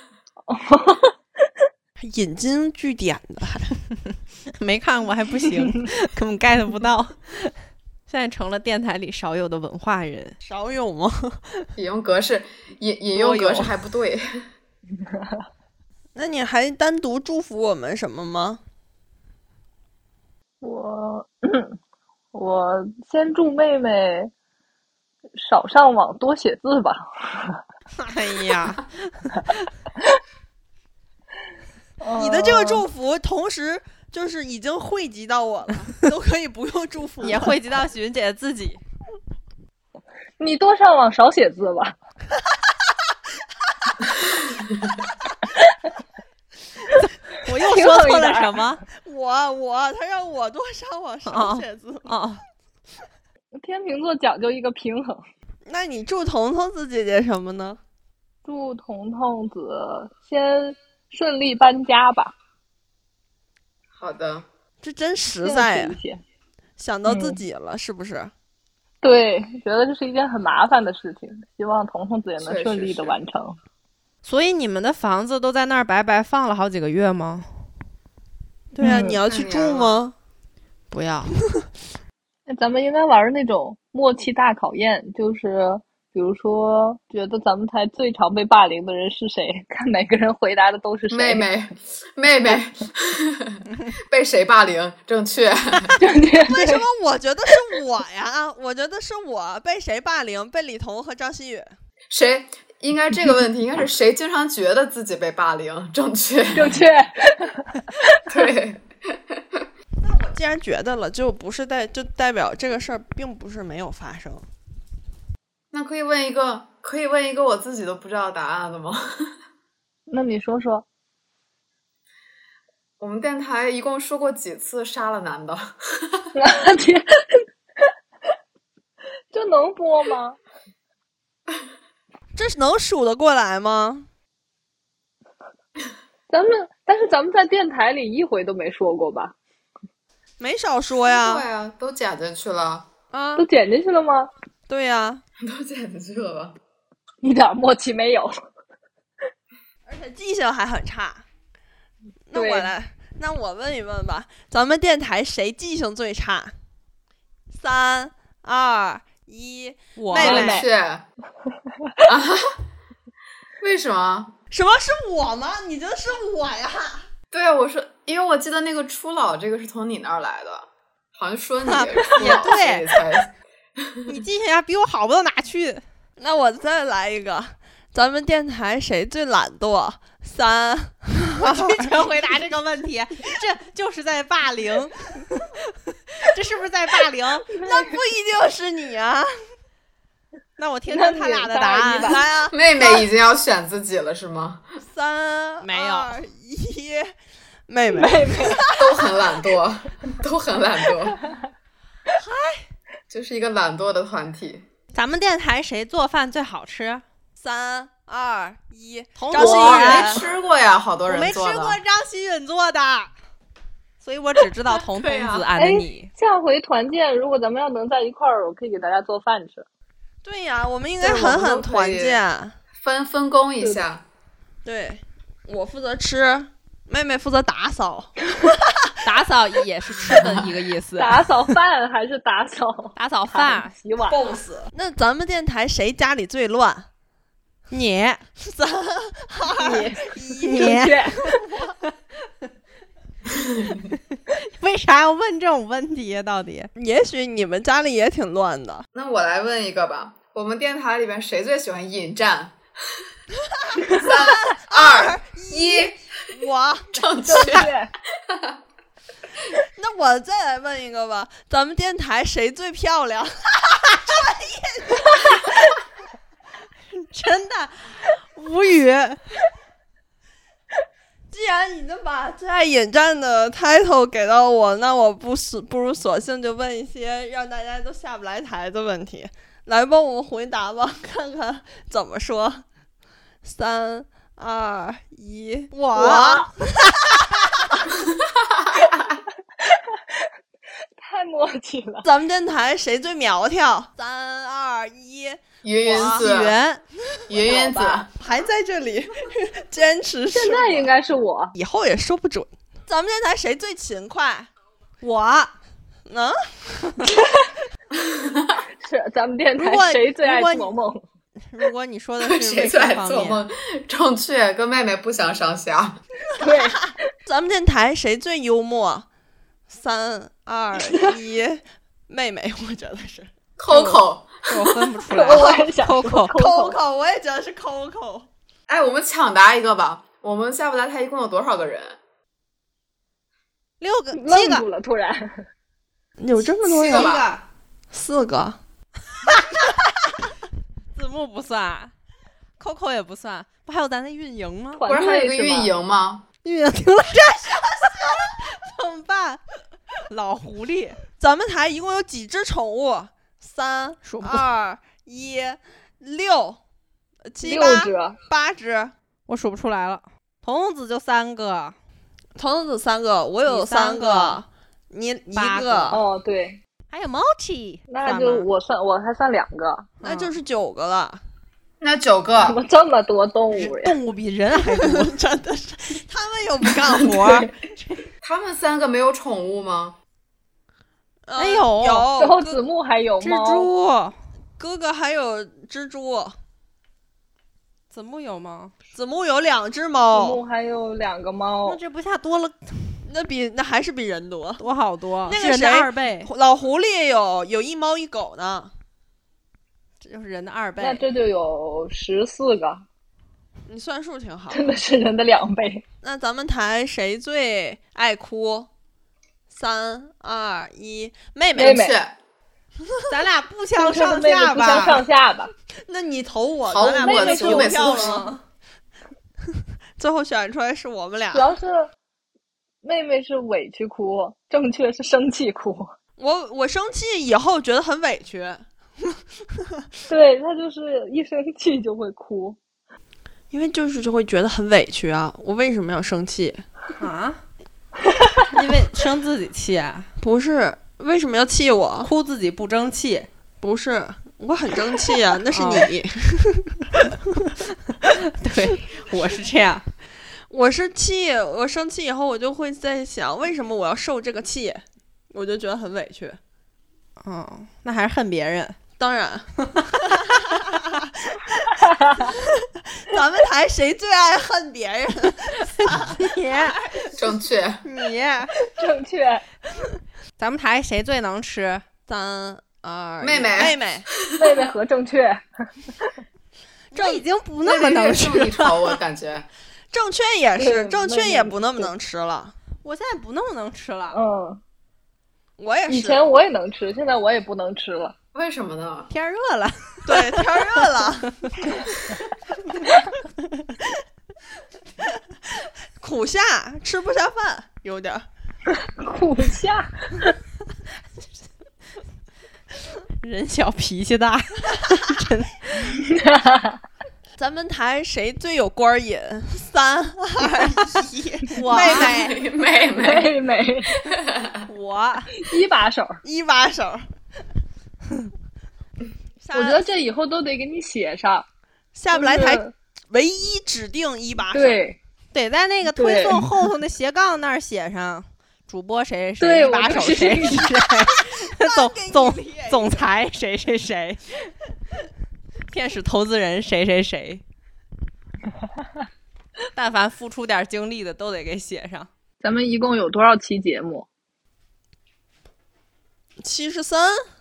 引经据典的还没看过还不行，根本 get 不到。现在成了电台里少有的文化人。 少有吗？ 引用格式还不对。 那你还单独祝福我们什么吗？ 我先祝妹妹少上网多写字吧。 哎呀， 你的这个祝福同时就是已经汇集到我了，都可以不用祝福， 也汇集到许云姐自己。 你多上网少写字吧。 我又说错了什么？ 他让我多上网少写字。 天秤座讲究一个平衡。 那你祝彤彤子姐姐什么呢？ 祝彤彤子先顺利搬家吧。 好的， 这真实在呀！想到自己了，是不是？ 对，觉得这是一件很麻烦的事情，希望彤彤子也能顺利的完成。 所以你们的房子都在那儿白白放了好几个月吗？ 对啊，你要去住吗？ 不要。 咱们应该玩那种默契大考验，就是比如说觉得咱们台最常被霸凌的人是谁，看每个人回答的都是谁。 妹妹被谁霸凌？正确。 为什么我觉得是我呀？我觉得是我被谁霸凌？被李彤和张馨予。 谁？应该这个问题应该是谁经常觉得自己被霸凌？正确。对。 那我既然觉得了，就代表这个事儿并不是没有发生。 那可以问一个我自己都不知道答案的吗？ 那你说说。 我们电台一共说过几次杀了男的？ 天，这能播吗？ 这是能数得过来吗？ 但是咱们在电台里一回都没说过吧？ 没少说呀。 对呀，都剪进去了啊？ 都剪进去了吗？ 对呀， 都剪进去了吧？ 一点默契没有， 而且记性还很差。那我问一问吧，咱们电台谁记性最差？3、2、 1， 我妹妹是啊？为什么？ 什么是我吗？你觉得是我呀？ 对啊，我说，因为我记得那个初老这个是从你那儿来的，好像说你也对才你记性呀比我好不到哪去。 那我再来一个，咱们电台谁最懒惰？3， 我拒绝回答这个问题，这就是在霸凌，这是不是在霸凌？ 那不一定是你啊。 那我听听他俩的答案。 来啊， 妹妹已经要选自己了是吗 ？3， 没有 2，1，妹妹都很懒惰，都很懒惰，就是一个懒惰的团体。 咱们电台谁做饭最好吃 ？3、2、1， 童张馨我没予。 吃过呀，好多我没吃人做的。 过张馨予做的，所以我只知道童童子安的你。 下回团建，如果咱们要能在一块儿，我可以给大家做饭吃。 对呀，我们应该很团建， 分工一下。 对，我负责吃，妹妹负责打扫。 打扫也是吃的一个意思。 打扫饭还是打扫？ 打扫饭、 洗碗。 BOSS。那咱们电台谁家里最乱？ 你 3、2、 1， 为啥要问这种问题呀？到底？ 也许你们家里也挺乱的。 那我来问一个吧，我们电台里边谁最喜欢引战？3、2、1， 我正确。 那我再来问一个吧，咱们电台谁最漂亮？ 真的无语。 既然你都把最爱引战的 title 给到我，那我不如索性就问一些让大家都下不来台的问题，来帮我们回答吧，看看怎么说。3、2、1，我太默契了。 咱们电台谁最苗条？3、2、1， 云子，云子还在这里坚持。 现在应该是我， 以后也说不准。咱们电台谁最勤快？我。 是咱们电台谁最爱做梦？ 如果你说的是谁最爱做梦，正确，跟妹妹不相上下。 对， 咱们电台谁最幽默？3、2、1，妹妹，我觉得是 Coco， 我分不出来。 我也想 Coco，我也觉得是 Coco。 哎，我们抢答一个吧。我们下不来台一共有多少个人 ？6个、 7个了，突然有这么多人吧 ？4个。 字幕不算 ，Coco 也不算，不还有咱那运营吗？ 不是还有一个运营吗？ 运营听了这消息怎么办？老狐狸， 咱们台一共有几只宠物？3、2、1、6、7、8只， 我数不出来了。童子就3个， 童子3个，我有3个，你1个。 哦，对。 还有 Mochi， 那就我还算2个， 那就是9个了。 那9个， 怎么这么多动物呀？ 动物比人还多， 真的是，他们又不干活。 他们3个没有宠物吗？ 哎有， 然后子木还有猫，蜘蛛， 哥哥还有蜘蛛。 子木有吗？ 子木有2只猫， 子木还有2个猫， 那这不下多了？ 那还是比人多好多， 那个谁 2倍。 老狐狸有1猫1狗呢， 这就是人的2倍。 那这就有14个。 你算数挺好， 真的是人的2倍。 那咱们台谁最爱哭？3、2、1，妹妹。 咱俩不相上下吧？ 不相上下吧？ 那你投我， 好， 咱俩妹妹投票吗？最后选出来是我们俩。 主要是妹妹是委屈哭，正确是生气哭。 我生气以后觉得很委屈。 对，她就是一生气就会哭， 因为就会觉得很委屈啊！我为什么要生气啊？因为生自己气啊？ 不是，为什么要气我？ 哭自己不争气？ 不是，我很争气啊，那是你。 对，我是这样。 我是气，我生气以后，我就会在想，为什么我要受这个气？我就觉得很委屈。 那还是恨别人。 当然。咱们台谁最爱恨别人？ 你正确。 你正确。 咱们台谁最能吃 ？3、2， 妹妹妹和正确。 这已经不那么能吃了，我感觉。 正确也是，正确也不那么能吃了。 我现在不那么能吃了。 我也是。 以前我也能吃，现在我也不能吃了。 为什么呢？ 天热了。 对，天热了。苦夏吃不下饭，有点苦夏。 人小脾气大。真的。 咱们台谁最有官瘾？3、2、1， 我妹妹， 我一把手。我觉得这以后都得给你写上。 下不来台唯一指定一把手。 对， 得在那个推送后头的斜杠那儿写上主播谁谁谁，一把手谁谁谁，总裁谁谁谁。天使投资人谁谁谁，但凡付出点精力的都得给写上。 咱们一共有多少期节目 ？73。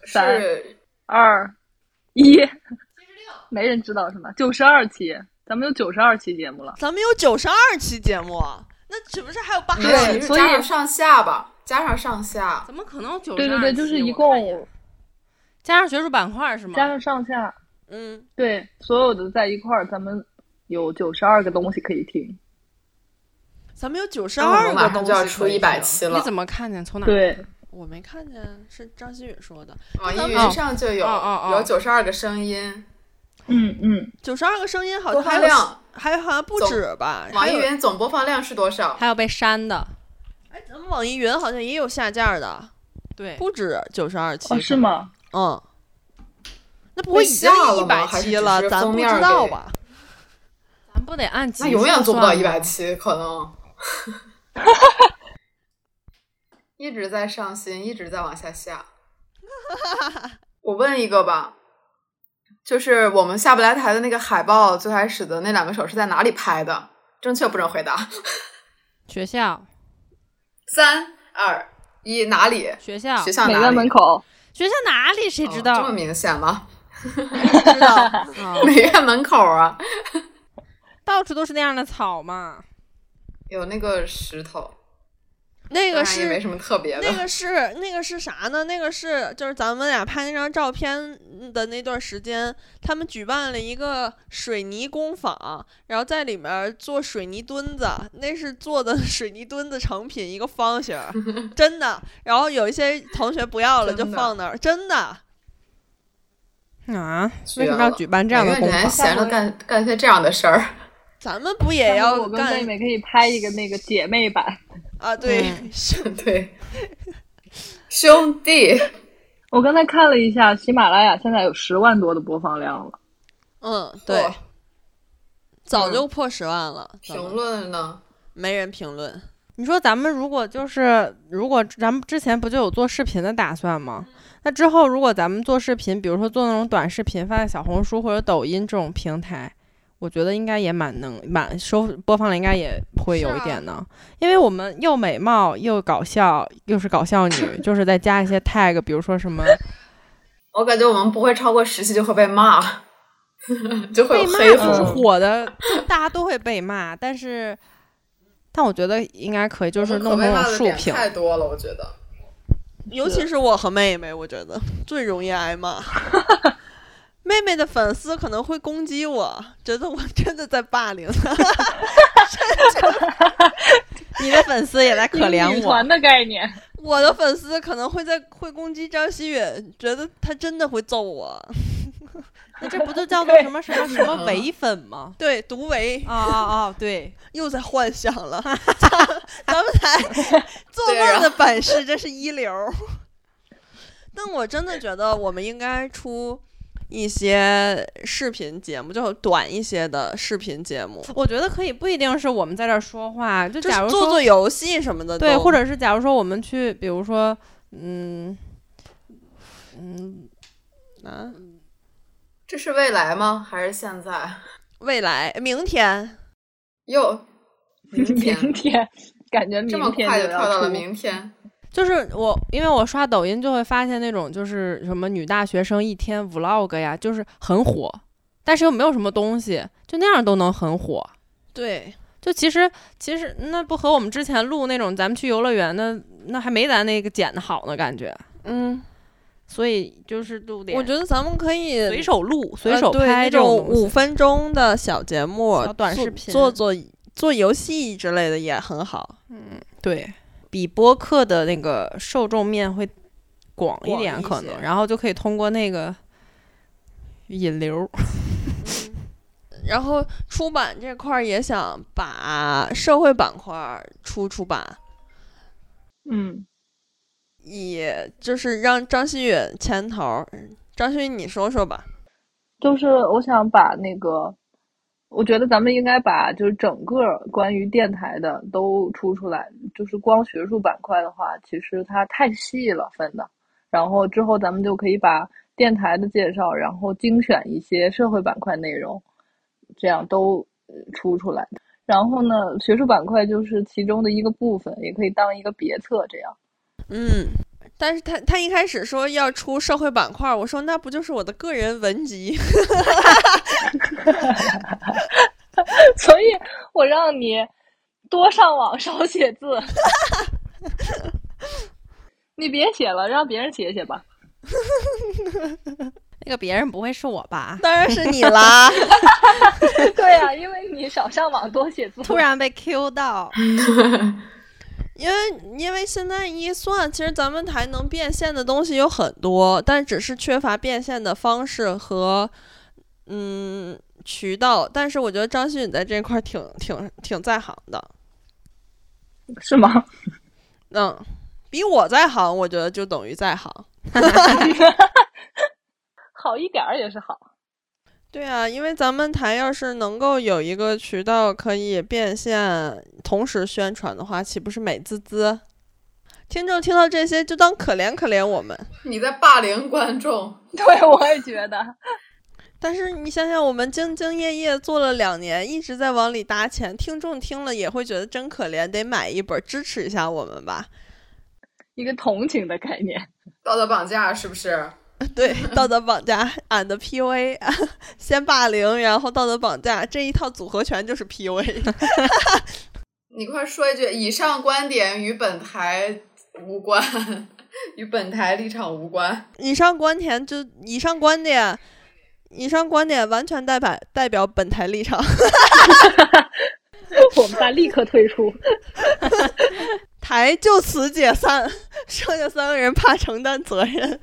3、2、1，没人知道是吗？92期，咱们有92期节目了。 咱们有92期节目，那岂不是还有8期？ 对，所以加上上下吧，加上上下， 怎么可能有92期？ 对对对，就是一共加上学术板块是吗？ 加上上下。对，所有的在一块儿，咱们有92个东西可以听。 咱们有92个东西， 就要出100期了。 你怎么看见？从哪？ 对， 我没看见，是张馨予说的。 网易云上就有92个声音。 92个声音好像还有好像不止吧？ 网易云总播放量是多少？ 还有被删的。 哎，咱们网易云好像也有下架的。 对， 不止92期。 是吗？ 那不会已经100期了？咱不知道吧？ 咱不得按集数那永远做不到100期，可能。一直在上新，一直在往下下。我问一个吧，就是我们下不来台的那个海报，最开始的那2个手是在哪里拍的？正确不准回答。 学校。 3、2、1，哪里？ 学校。 学校哪里？ 美院门口。 学校哪里？谁知道？ 这么明显吗？ 知道。 美院门口啊。 到处都是那样的草嘛。 有那个石头。 那个是也没什么特别的。 那个是啥呢？那个是就是咱们俩拍那张照片的那段时间，他们举办了一个水泥工坊，然后在里面做水泥墩子，那是做的水泥墩子成品一个方形，真的。然后有一些同学不要了就放那儿，真的。 啊？为什么要举办这样的工坊？ 闲着干些这样的事儿。 咱们不也要干？ 我跟妹妹可以拍一个那个姐妹版啊！对， 对，兄弟。 我刚才看了一下，喜马拉雅现在有10万多的播放量了。 对，早就破10万了。 评论呢？ 没人评论。 你说咱们如果咱们之前不就有做视频的打算吗？那之后如果咱们做视频，比如说做那种短视频发在小红书或者抖音这种平台，我觉得应该也收播放量应该也会有一点呢，因为我们又美貌又搞笑，又是搞笑女，就是再加一些 tag， 比如说什么， 我感觉我们不会超过10期就会被骂，就会有黑粉。火的，大家都会被骂，但我觉得应该可以，就是弄那种竖屏。 太多了，我觉得， 尤其是我和妹妹，我觉得最容易挨骂。妹妹的粉丝可能会攻击我，觉得我真的在霸凌她。 你的粉丝也在可怜我。 女团的概念。 我的粉丝可能会攻击张馨予，觉得她真的会揍我。 那这不就叫做什么什么什么唯粉吗？ 对，独唯。 对， 又在幻想了。咱们才做梦的本事，这是一流。但我真的觉得我们应该出一些视频节目，就短一些的视频节目。 我觉得可以，不一定是我们在这儿说话，就假如说做游戏什么的， 对，或者是假如说我们去，比如说， 啊， 这是未来吗？还是现在？ 未来，明天。 哟，明天， 明天感觉这么明天快就跳到了要出明天。 就是因为我刷抖音就会发现那种就是什么女大学生一天 vlog 呀，就是很火，但是又没有什么东西，就那样都能很火。 对， 就其实那不和我们之前录那种咱们去游乐园的那还没咱那个剪的好呢，感觉。所以就是录点， 我觉得咱们可以随手录、随手拍这种 5 分钟的小节目、 小短视频， 做游戏之类的也很好。 对，比播客的那个受众面会广一点，可能，然后就可以通过那个引流。 然后出版这块也想把社会板块出版。也就是让张馨予牵头。张馨予，你说说吧。 就是我想把那个，我觉得咱们应该把就是整个关于电台的都出来。就是光学术板块的话，其实它太细了分的。然后之后咱们就可以把电台的介绍，然后精选一些社会板块内容，这样都出来。然后呢，学术板块就是其中的一个部分，也可以当一个别册这样。 但是他一开始说要出社会板块，我说那不就是我的个人文集？ 所以我让你多上网少写字。你别写了，让别人写写吧。 那个别人不会是我吧？ 当然是你啦。 对呀，因为你少上网多写字。 突然被 Q 到。 因为现在一算，其实咱们台能变现的东西有很多，但只是缺乏变现的方式和渠道。但是我觉得张馨予在这块挺在行的。 是吗？ 比我在行，我觉得就等于在行。 好一点也是好。 对啊，因为咱们台要是能够有一个渠道可以变现同时宣传的话，岂不是美滋滋？听众听到这些就当可怜我们。 你在霸凌观众。 对，我也觉得。 但是你想想，我们兢兢业业做了2年，一直在往里搭钱，听众听了也会觉得真可怜，得买一本支持一下我们吧。 一个同情的概念。 道德绑架是不是？ 对，道德绑架俺的 PUA， 先霸凌，然后道德绑架，这一套组合拳就是 PUA。 你快说一句，以上观点与本台无关，与本台立场无关。 以上观点完全代表本台立场。 我们仨立刻退出。 台就此解散，剩下3个人怕承担责任。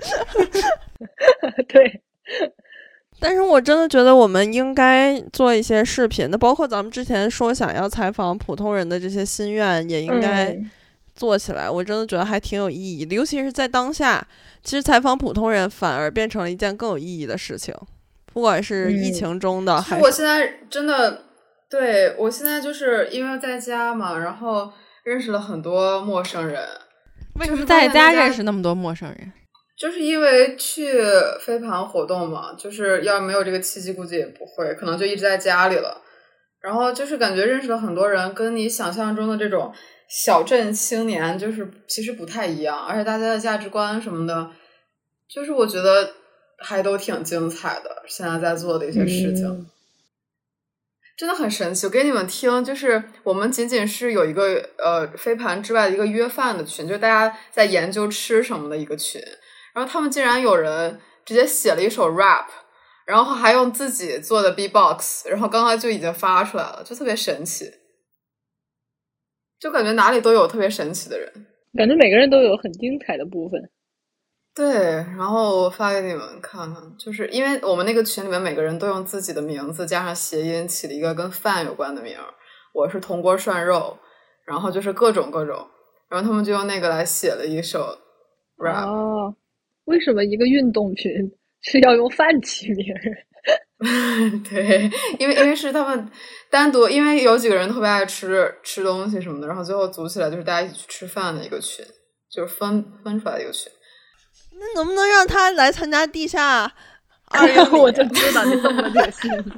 对， 但是我真的觉得我们应该做一些视频的，包括咱们之前说想要采访普通人的这些心愿，也应该做起来。我真的觉得还挺有意义的，尤其是在当下，其实采访普通人反而变成了一件更有意义的事情，不管是疫情中的还是我现在真的，对，我现在就是因为在家嘛，然后认识了很多陌生人。 为什么在家认识那么多陌生人？ 就是因为去飞盘活动嘛，就是要没有这个契机估计也不会，可能就一直在家里了。然后就是感觉认识了很多人，跟你想象中的这种小镇青年就是其实不太一样，而且大家的价值观什么的，就是我觉得还都挺精彩的。现在在做的一些事情真的很神奇。我给你们听，就是我们仅仅是有一个飞盘之外的一个约饭的群，就是大家在研究吃什么的一个群，然后他们竟然有人直接写了一首 rap， 然后还用自己做的 B-box， 然后刚刚就已经发出来了，就特别神奇。就感觉哪里都有特别神奇的人， 感觉每个人都有很精彩的部分。 对，然后我发给你们看看，就是因为我们那个群里面每个人都用自己的名字加上谐音起了一个跟饭有关的名，我是铜锅涮肉，然后就是各种，然后他们就用那个来写了一首 rap。 哦，为什么一个运动群是要用饭起名？ 对，因为是他们单独，因为有几个人特别爱吃东西什么的，然后最后组起来就是大家一起去吃饭的一个群，就是分出来的一个群。 那能不能让他来参加地下 2英里， 我就知道你动了这个心思。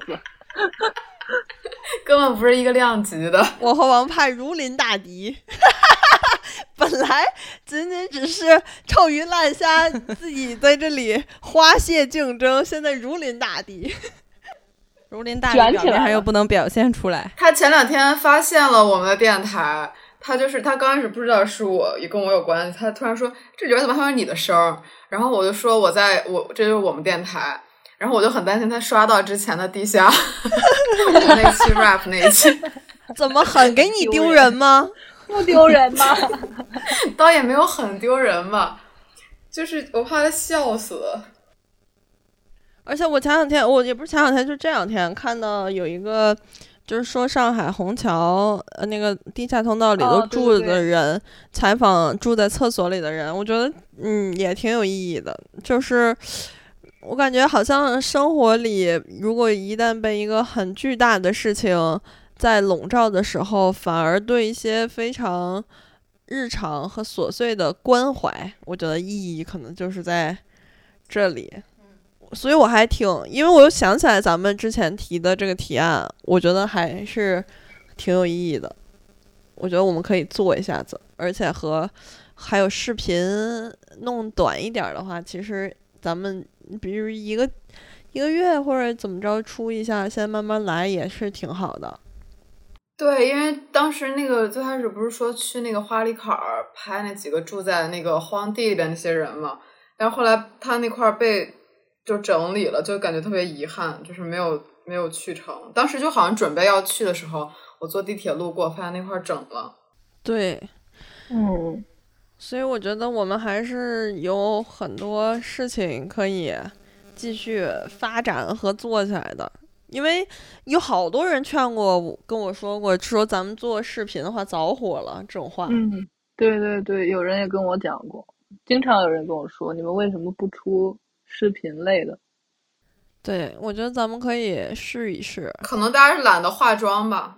根本不是一个量级的。 我和王派如临大敌。本来仅仅只是臭鱼烂虾，自己在这里花谢竞争，现在如临大敌。 如临大敌，表面上又不能表现出来。 他前2天发现了我们的电台，他刚开始不知道是我，也跟我有关系，他突然说这里边怎么还有你的声儿，然后我就说这就是我们电台，然后我就很担心他刷到之前的地下那期 rap 那一期。 怎么很给你丢人吗？ 不丢人吗？ 倒也没有很丢人吧，就是我怕他笑死。 而且我前2天，我也不是前2天，就这2天看到有一个，就是说上海虹桥那个地下通道里都住的人，采访住在厕所里的人，我觉得也挺有意义的。就是我感觉好像生活里，如果一旦被一个很巨大的事情在笼罩的时候，反而对一些非常日常和琐碎的关怀，我觉得意义可能就是在这里。所以我还因为我又想起来咱们之前提的这个提案，我觉得还是挺有意义的。我觉得我们可以做一下子，而且还有视频弄短一点的话，其实咱们比如一个月或者怎么着出一下，先慢慢来也是挺好的。 对，因为当时那个最开始不是说去那个花里坎儿拍那几个住在那个荒地里边那些人嘛，但是后来他那块被就整理了，就感觉特别遗憾，就是没有去成。当时就好像准备要去的时候，我坐地铁路过，发现那块整了。 对，所以我觉得我们还是有很多事情可以继续发展和做起来的。因为有好多人跟我说过，说咱们做视频的话早火了这种话。 对对对，有人也跟我讲过，经常有人跟我说，你们为什么不出视频类的？ 对，我觉得咱们可以试一试。 可能大家是懒得化妆吧，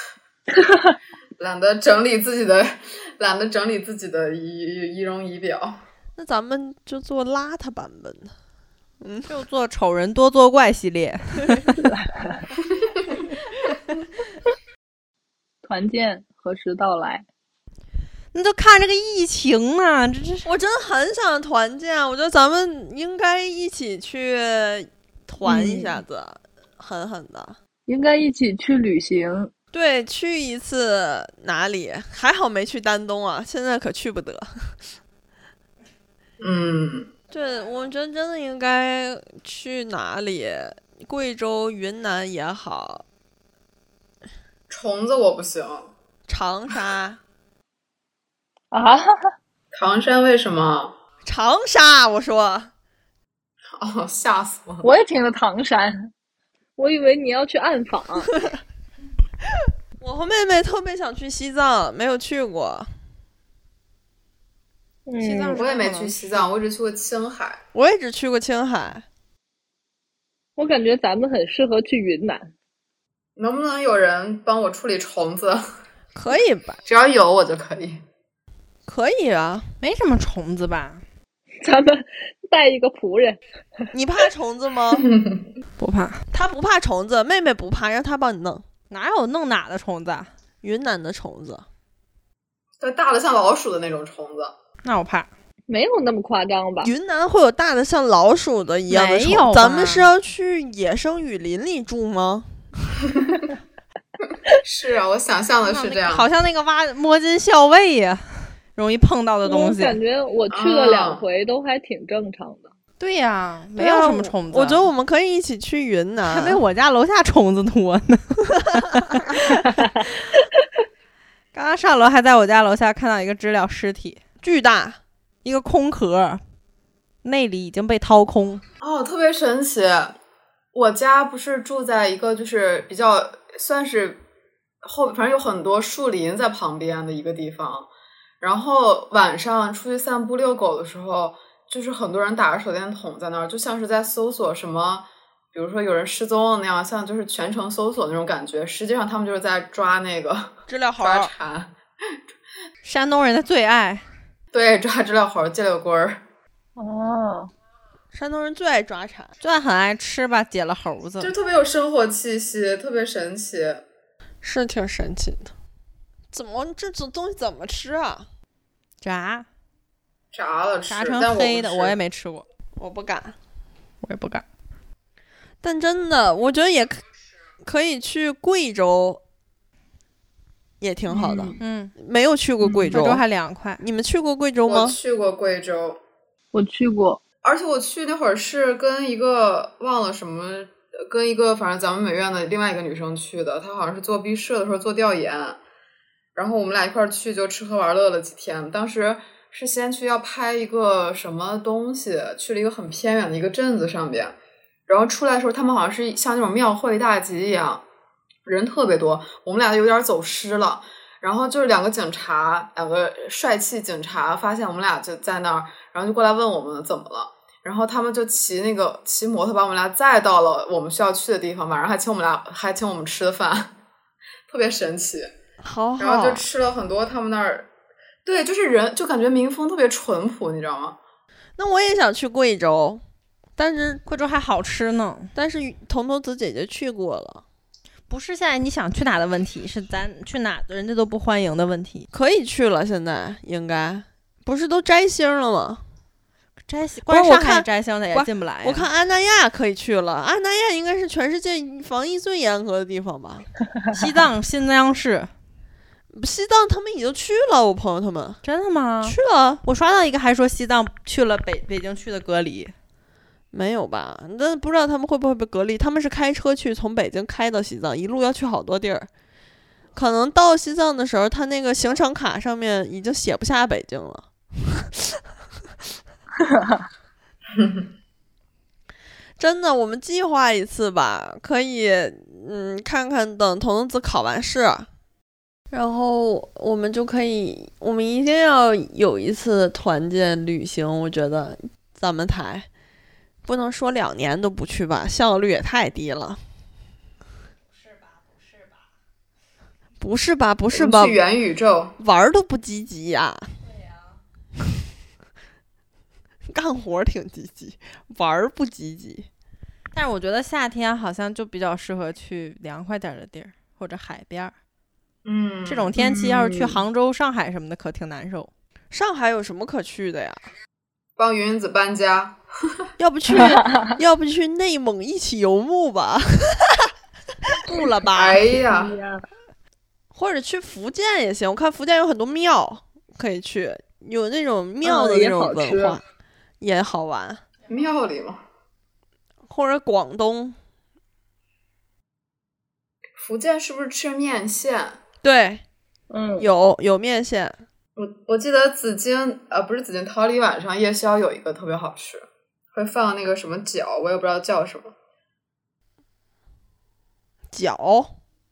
懒得整理自己的仪容仪表。 那咱们就做邋遢版本的。 就做丑人多作怪系列。 团建何时到来？ 那就看这个疫情啊， 我真的很想团建，我觉得咱们应该一起去团一下子，狠狠的。 应该一起去旅行。 对，去一次哪里？还好没去丹东啊，现在可去不得。对，我觉得真的应该去哪里？贵州、云南也好。 虫子我不行。 长沙。 啊？ 唐山为什么？ 长沙，我说。 哦，吓死我了！ 我也听了唐山，我以为你要去暗访。 我和妹妹特别想去西藏，没有去过。 西藏我也没去西藏，我只去过青海。 我也只去过青海。 我感觉咱们很适合去云南。 能不能有人帮我处理虫子？ 可以吧？ 只要有我就可以。 可以啊， 没什么虫子吧？ 咱们带一个仆人。 你怕虫子吗？ 不怕。 他不怕虫子，妹妹不怕，让他帮你弄。 哪有弄哪的虫子？ 云南的虫子。 大的像老鼠的那种虫子。 那我怕。 没有那么夸张吧？ 云南会有大的像老鼠的一样的虫？ 没有。 咱们是要去野生雨林里住吗？ 是啊，我想象的是这样。 好像那个摸金校尉呀，容易碰到的东西。 我感觉我去了2回都还挺正常的。 对呀，没有什么虫子。 我觉得我们可以一起去云南。 还没我家楼下虫子多呢。刚刚上楼还在我家楼下看到一个知了尸体，巨大，一个空壳，内里已经被掏空。 哦，特别神奇。我家不是住在一个就是比较算是反正有很多树林在旁边的一个地方，然后晚上出去散步遛狗的时候，就是很多人打着手电筒在那儿，就像是在搜索什么，比如说有人失踪了那样，像就是全程搜索那种感觉。实际上他们就是在抓那个知了猴， 抓蝉， 山东人的最爱。 对，抓知了猴、接柳棍儿。 哦， 山东人最爱抓蝉， 就很爱吃吧，解了猴子， 就特别有生活气息，特别神奇， 是挺神奇的。怎么这种东西怎么吃啊？ 炸炸成黑的，我也没吃过， 我不敢， 我也不敢。 但真的，我觉得也可以去贵州，也挺好的。没有去过贵州， 贵州还凉快。 你们去过贵州吗？ 我去过贵州， 我去过， 而且我去那会儿是跟一个忘了什么，跟一个反正咱们美院的另外一个女生去的，她好像是做毕设的时候做调研，然后我们俩一块儿去就吃喝玩乐了几天。当时是先去要拍一个什么东西，去了一个很偏远的一个镇子上边，然后出来的时候他们好像是像那种庙会大集一样，人特别多，我们俩有点走失了。然后就是两个帅气警察发现我们俩就在那儿，然后就过来问我们怎么了，然后他们就骑摩托把我们俩载到了我们需要去的地方，晚上还请我们吃的饭，特别神奇。 好， 然后就吃了很多他们那儿，对，就是人就感觉民风特别淳朴，你知道吗？ 那我也想去贵州，但是贵州还好吃呢。 但是彤彤子姐姐去过了。 不是现在你想去哪的问题，是咱去哪人家都不欢迎的问题。 可以去了，现在应该不是都摘星了吗？ 摘星，关键上海摘星的也进不来。 我看安那亚可以去了，安那亚应该是全世界防疫最严格的地方吧？ 西藏、新疆市。 西藏他们已经去了，我朋友他们。 真的吗？ 去了， 我刷到一个还说西藏去了北京去的隔离。 没有吧？但不知道他们会不会被隔离。他们是开车去，从北京开到西藏，一路要去好多地儿。可能到西藏的时候，他那个行程卡上面已经写不下北京了。真的，我们计划一次吧，可以，看看等彤彤子考完试，然后我们就可以，我们一定要有一次团建旅行。我觉得咱们台。不能说2年都不去吧，效率也太低了。不是吧？ 去元宇宙玩都不积极呀。对呀。干活挺积极，玩不积极。 但是我觉得夏天好像就比较适合去凉快点的地儿或者海边。这种天气要是去杭州、上海什么的可挺难受。 上海有什么可去的呀？ 帮云子搬家。 要不去内蒙一起游牧吧？不了吧？ 哎呀， 或者去福建也行。我看福建有很多庙可以去，有那种庙的那种文化，也好玩。 庙里吗？ 或者广东。 福建是不是吃面线？ 对，有面线。 我记得不是紫荆桃李晚上夜宵有一个特别好吃。会放那个什么饺，我也不知道叫什么饺，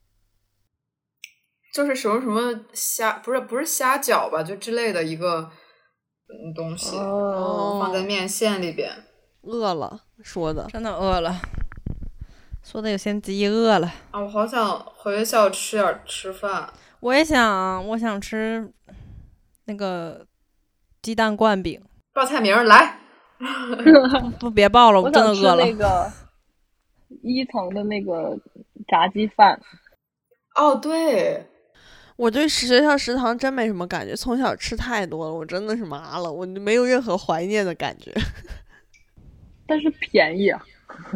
就是什么虾，不是虾饺吧，就之类的一个东西，放在面线里边。 饿了，说的真的饿了，说的有些饥饿了啊！我好想回学校吃饭。 我想吃那个鸡蛋灌饼。 报菜名来。 不别报了，我真的饿了。 那个1层的那个炸鸡饭。 哦，对， 我对学校食堂真没什么感觉，从小吃太多了，我真的是麻了，我没有任何怀念的感觉。 但是便宜啊。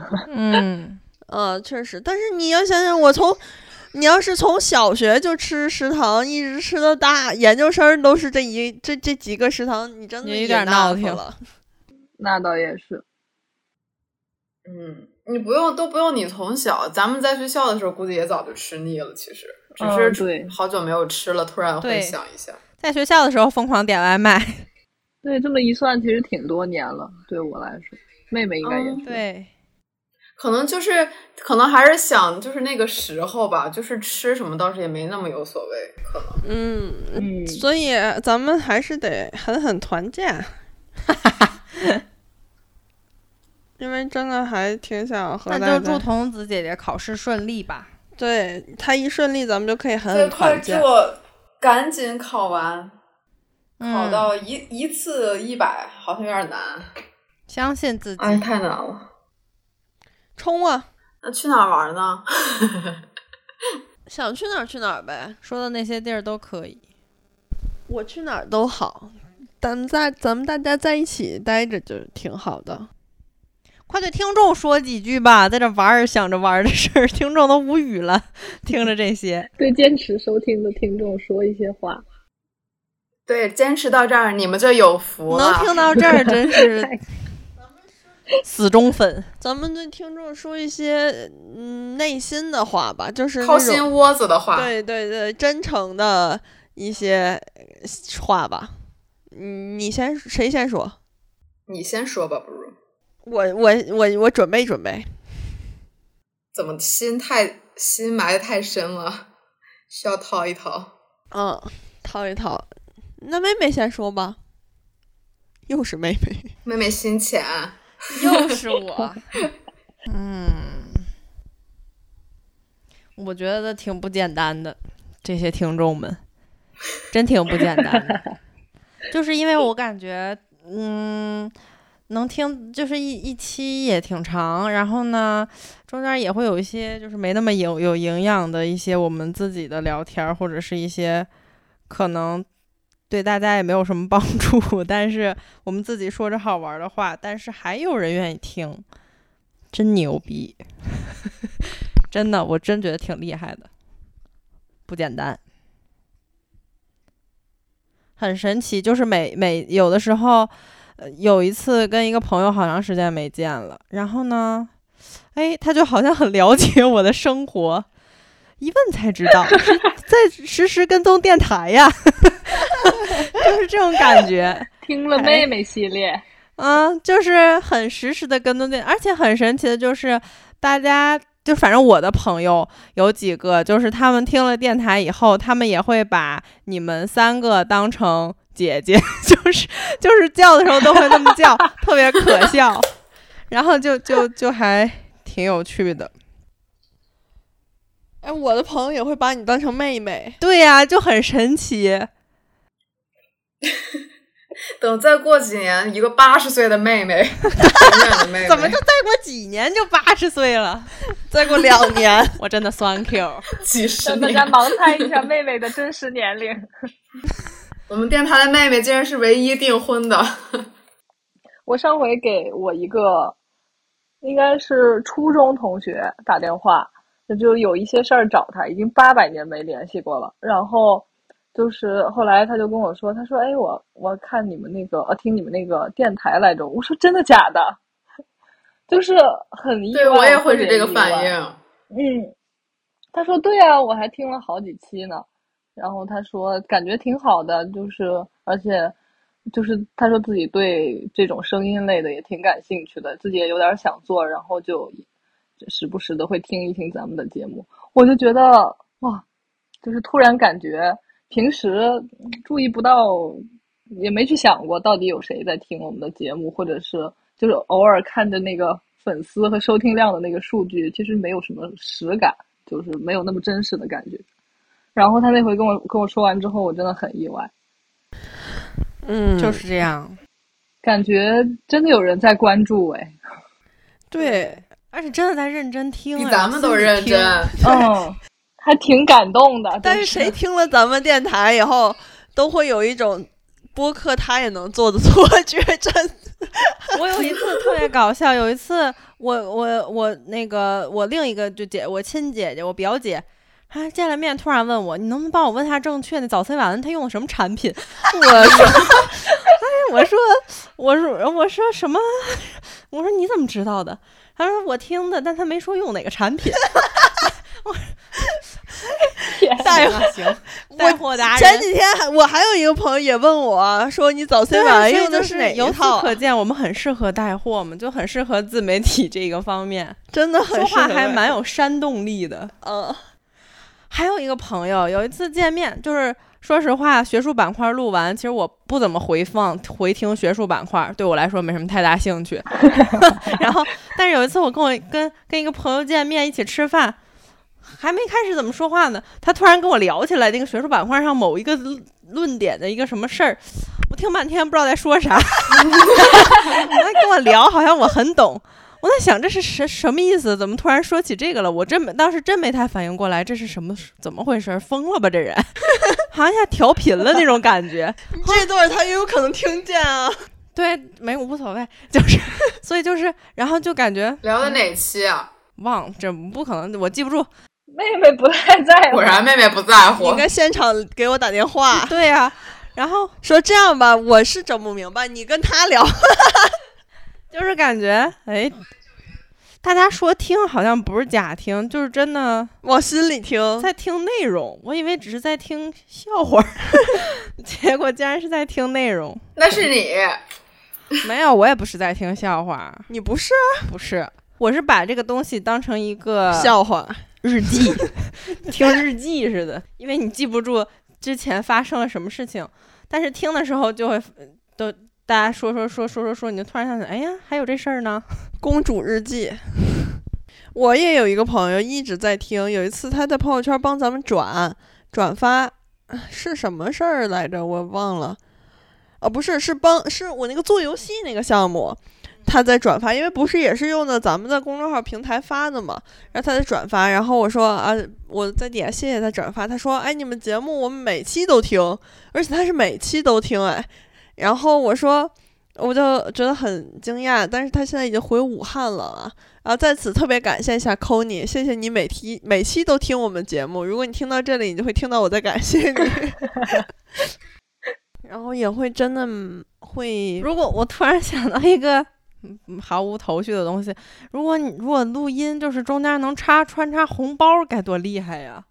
确实，但是你要想想，你要是从小学就吃食堂，一直吃到大，研究生都是这几个食堂，你真的有点闹挺了。 那倒也是。 你都不用你从小，咱们在学校的时候估计也早就吃腻了，其实只是好久没有吃了，突然会想一下。 在学校的时候疯狂点外卖。 对，这么一算其实挺多年了，对我来说，妹妹应该也是。 对， 可能还是想就是那个时候吧，就是吃什么倒是也没那么有所谓，可能。 所以咱们还是得狠狠团建。因为真的还挺想和大家。 那就祝童子姐姐考试顺利吧。 对，她一顺利，咱们就可以狠狠团建。 快祝我赶紧考完，考到一次100，好像有点难。 相信自己。 哎，太难了。 冲啊！ 那去哪儿玩呢？ 想去哪儿去哪儿呗， 说的那些地儿都可以。 我去哪儿都好，咱们大家在一起待着就挺好的。 快对听众说几句吧，在这玩想着玩的事儿，听众都无语了，听着这些。 对坚持收听的听众说一些话。 对，坚持到这儿你们就有福了。 能听到这儿真是死忠粉。 咱们对听众说一些内心的话吧，就是掏心窝子的话。 对对对，真诚的一些话吧。你先，谁先说？ 你先说吧，不如。 我准备。 怎么心埋得太深了，需要掏一掏。 掏一掏。那妹妹先说吧。又是妹妹。 妹妹心浅。 又是我。 我觉得挺不简单的，这些听众们真挺不简单的。就是因为我感觉能听就是一期也挺长，然后呢中间也会有一些就是没那么有营养的一些我们自己的聊天，或者是一些可能对大家也没有什么帮助，但是我们自己说着好玩的话，但是还有人愿意听，真牛逼。真的，我真觉得挺厉害的，不简单，很神奇。就是有的时候有一次跟一个朋友好长时间没见了，然后呢他就好像很了解我的生活，一问才知道是在实时跟踪电台呀。就是这种感觉。 听了妹妹系列就是很实时的跟踪电台，而且很神奇的就是大家就反正我的朋友有几个，就是他们听了电台以后，他们也会把你们3个当成姐姐，就是叫的时候都会那么叫，特别可笑，然后就还挺有趣的。 我的朋友也会把你当成妹妹。 对呀，就很神奇。 等再过几年，一个80岁的妹妹，永远的妹妹， 怎么就再过几年就80岁了？ 再过2年， 我真的酸 Q。 几十年， 让大家盲猜一下妹妹的真实年龄。 我们电台的妹妹竟然是唯一订婚的。 我上回给我一个应该是初中同学打电话，就有一些事儿找他，已经800年没联系过了，然后就是后来他就跟我说，他说我看你们那个听你们那个电台来着。我说真的假的？就是很意外。 对，我也会是这个反应。 他说对啊，我还听了好几期呢。然后他说感觉挺好的，就是而且就是他说自己对这种声音类的也挺感兴趣的，自己也有点想做，然后就时不时的会听一听咱们的节目。我就觉得哇，就是突然感觉平时注意不到，也没去想过到底有谁在听我们的节目，或者是就是偶尔看着那个粉丝和收听量的那个数据，其实没有什么实感，就是没有那么真实的感觉。然后他那回跟我说完之后，我真的很意外。 就是这样， 感觉真的有人在关注对， 而且真的在认真听， 比咱们都认真。 还挺感动的。 但是谁听了咱们电台以后，都会有一种播客他也能做的错觉。真的， 我有一次特别搞笑，有一次我那个我另一个我亲姐姐，我表姐。见了面突然问我，你能不能帮我问下正确的早 C 晚安他用的什么产品？我说什么？我说你怎么知道的？他说我听的，但他没说用哪个产品。行，带货达人。 前几天我还有一个朋友也问我说，你早 C 晚安用的是哪一套？ 由此可见，我们很适合带货嘛，就很适合自媒体这个方面， 真的很说话还蛮有煽动力的。还有一个朋友，有一次见面，就是说实话，学术板块录完，其实我不怎么回听学术板块，对我来说没什么太大兴趣。然后，但是有一次我跟一个朋友见面，一起吃饭，还没开始怎么说话呢，他突然跟我聊起来那个学术板块上某一个论点的一个什么事儿，我听半天不知道在说啥，他跟我聊好像我很懂，我在想这是什么意思？怎么突然说起这个了？我当时真没太反应过来，这是怎么回事？疯了吧这人？好像调频了那种感觉。 这段他也有可能听见啊。 对，无所谓，就是所以就是，然后就感觉聊的哪期啊？ 忘，这不可能，我记不住。 妹妹不太在乎， 果然妹妹不在乎。 你应该现场给我打电话。 对呀、然后说这样吧，我是整不明白，你跟他聊。 就是感觉，哎，大家说听好像不是假听，就是真的往心里听， 在听内容。我以为只是在听笑话，结果竟然是在听内容。 那是你。 没有，我也不是在听笑话。 你不是？ 不是，我是把这个东西当成一个笑话日记，听日记似的，因为你记不住之前发生了什么事情，但是听的时候就会都大家说，你就突然想起，哎呀，还有这事儿呢。 公主日记。我也有一个朋友一直在听，有一次他在朋友圈帮咱们转发，是什么事儿来着？我忘了。不是，是我那个做游戏那个项目，他在转发，因为不是也是用的咱们的公众号平台发的嘛，然后他在转发，然后我说啊，我在底下谢谢他转发，他说哎，你们节目我们每期都听，而且他是每期都听哎，然后我说我就觉得很惊讶，但是他现在已经回武汉了啊，然后在此特别感谢一下 Kony， 谢谢你每期都听我们节目，如果你听到这里，你就会听到我在感谢你。然后也会真的会， 如果我突然想到一个毫无头绪的东西，如果录音就是中间能穿插红包，该多厉害呀！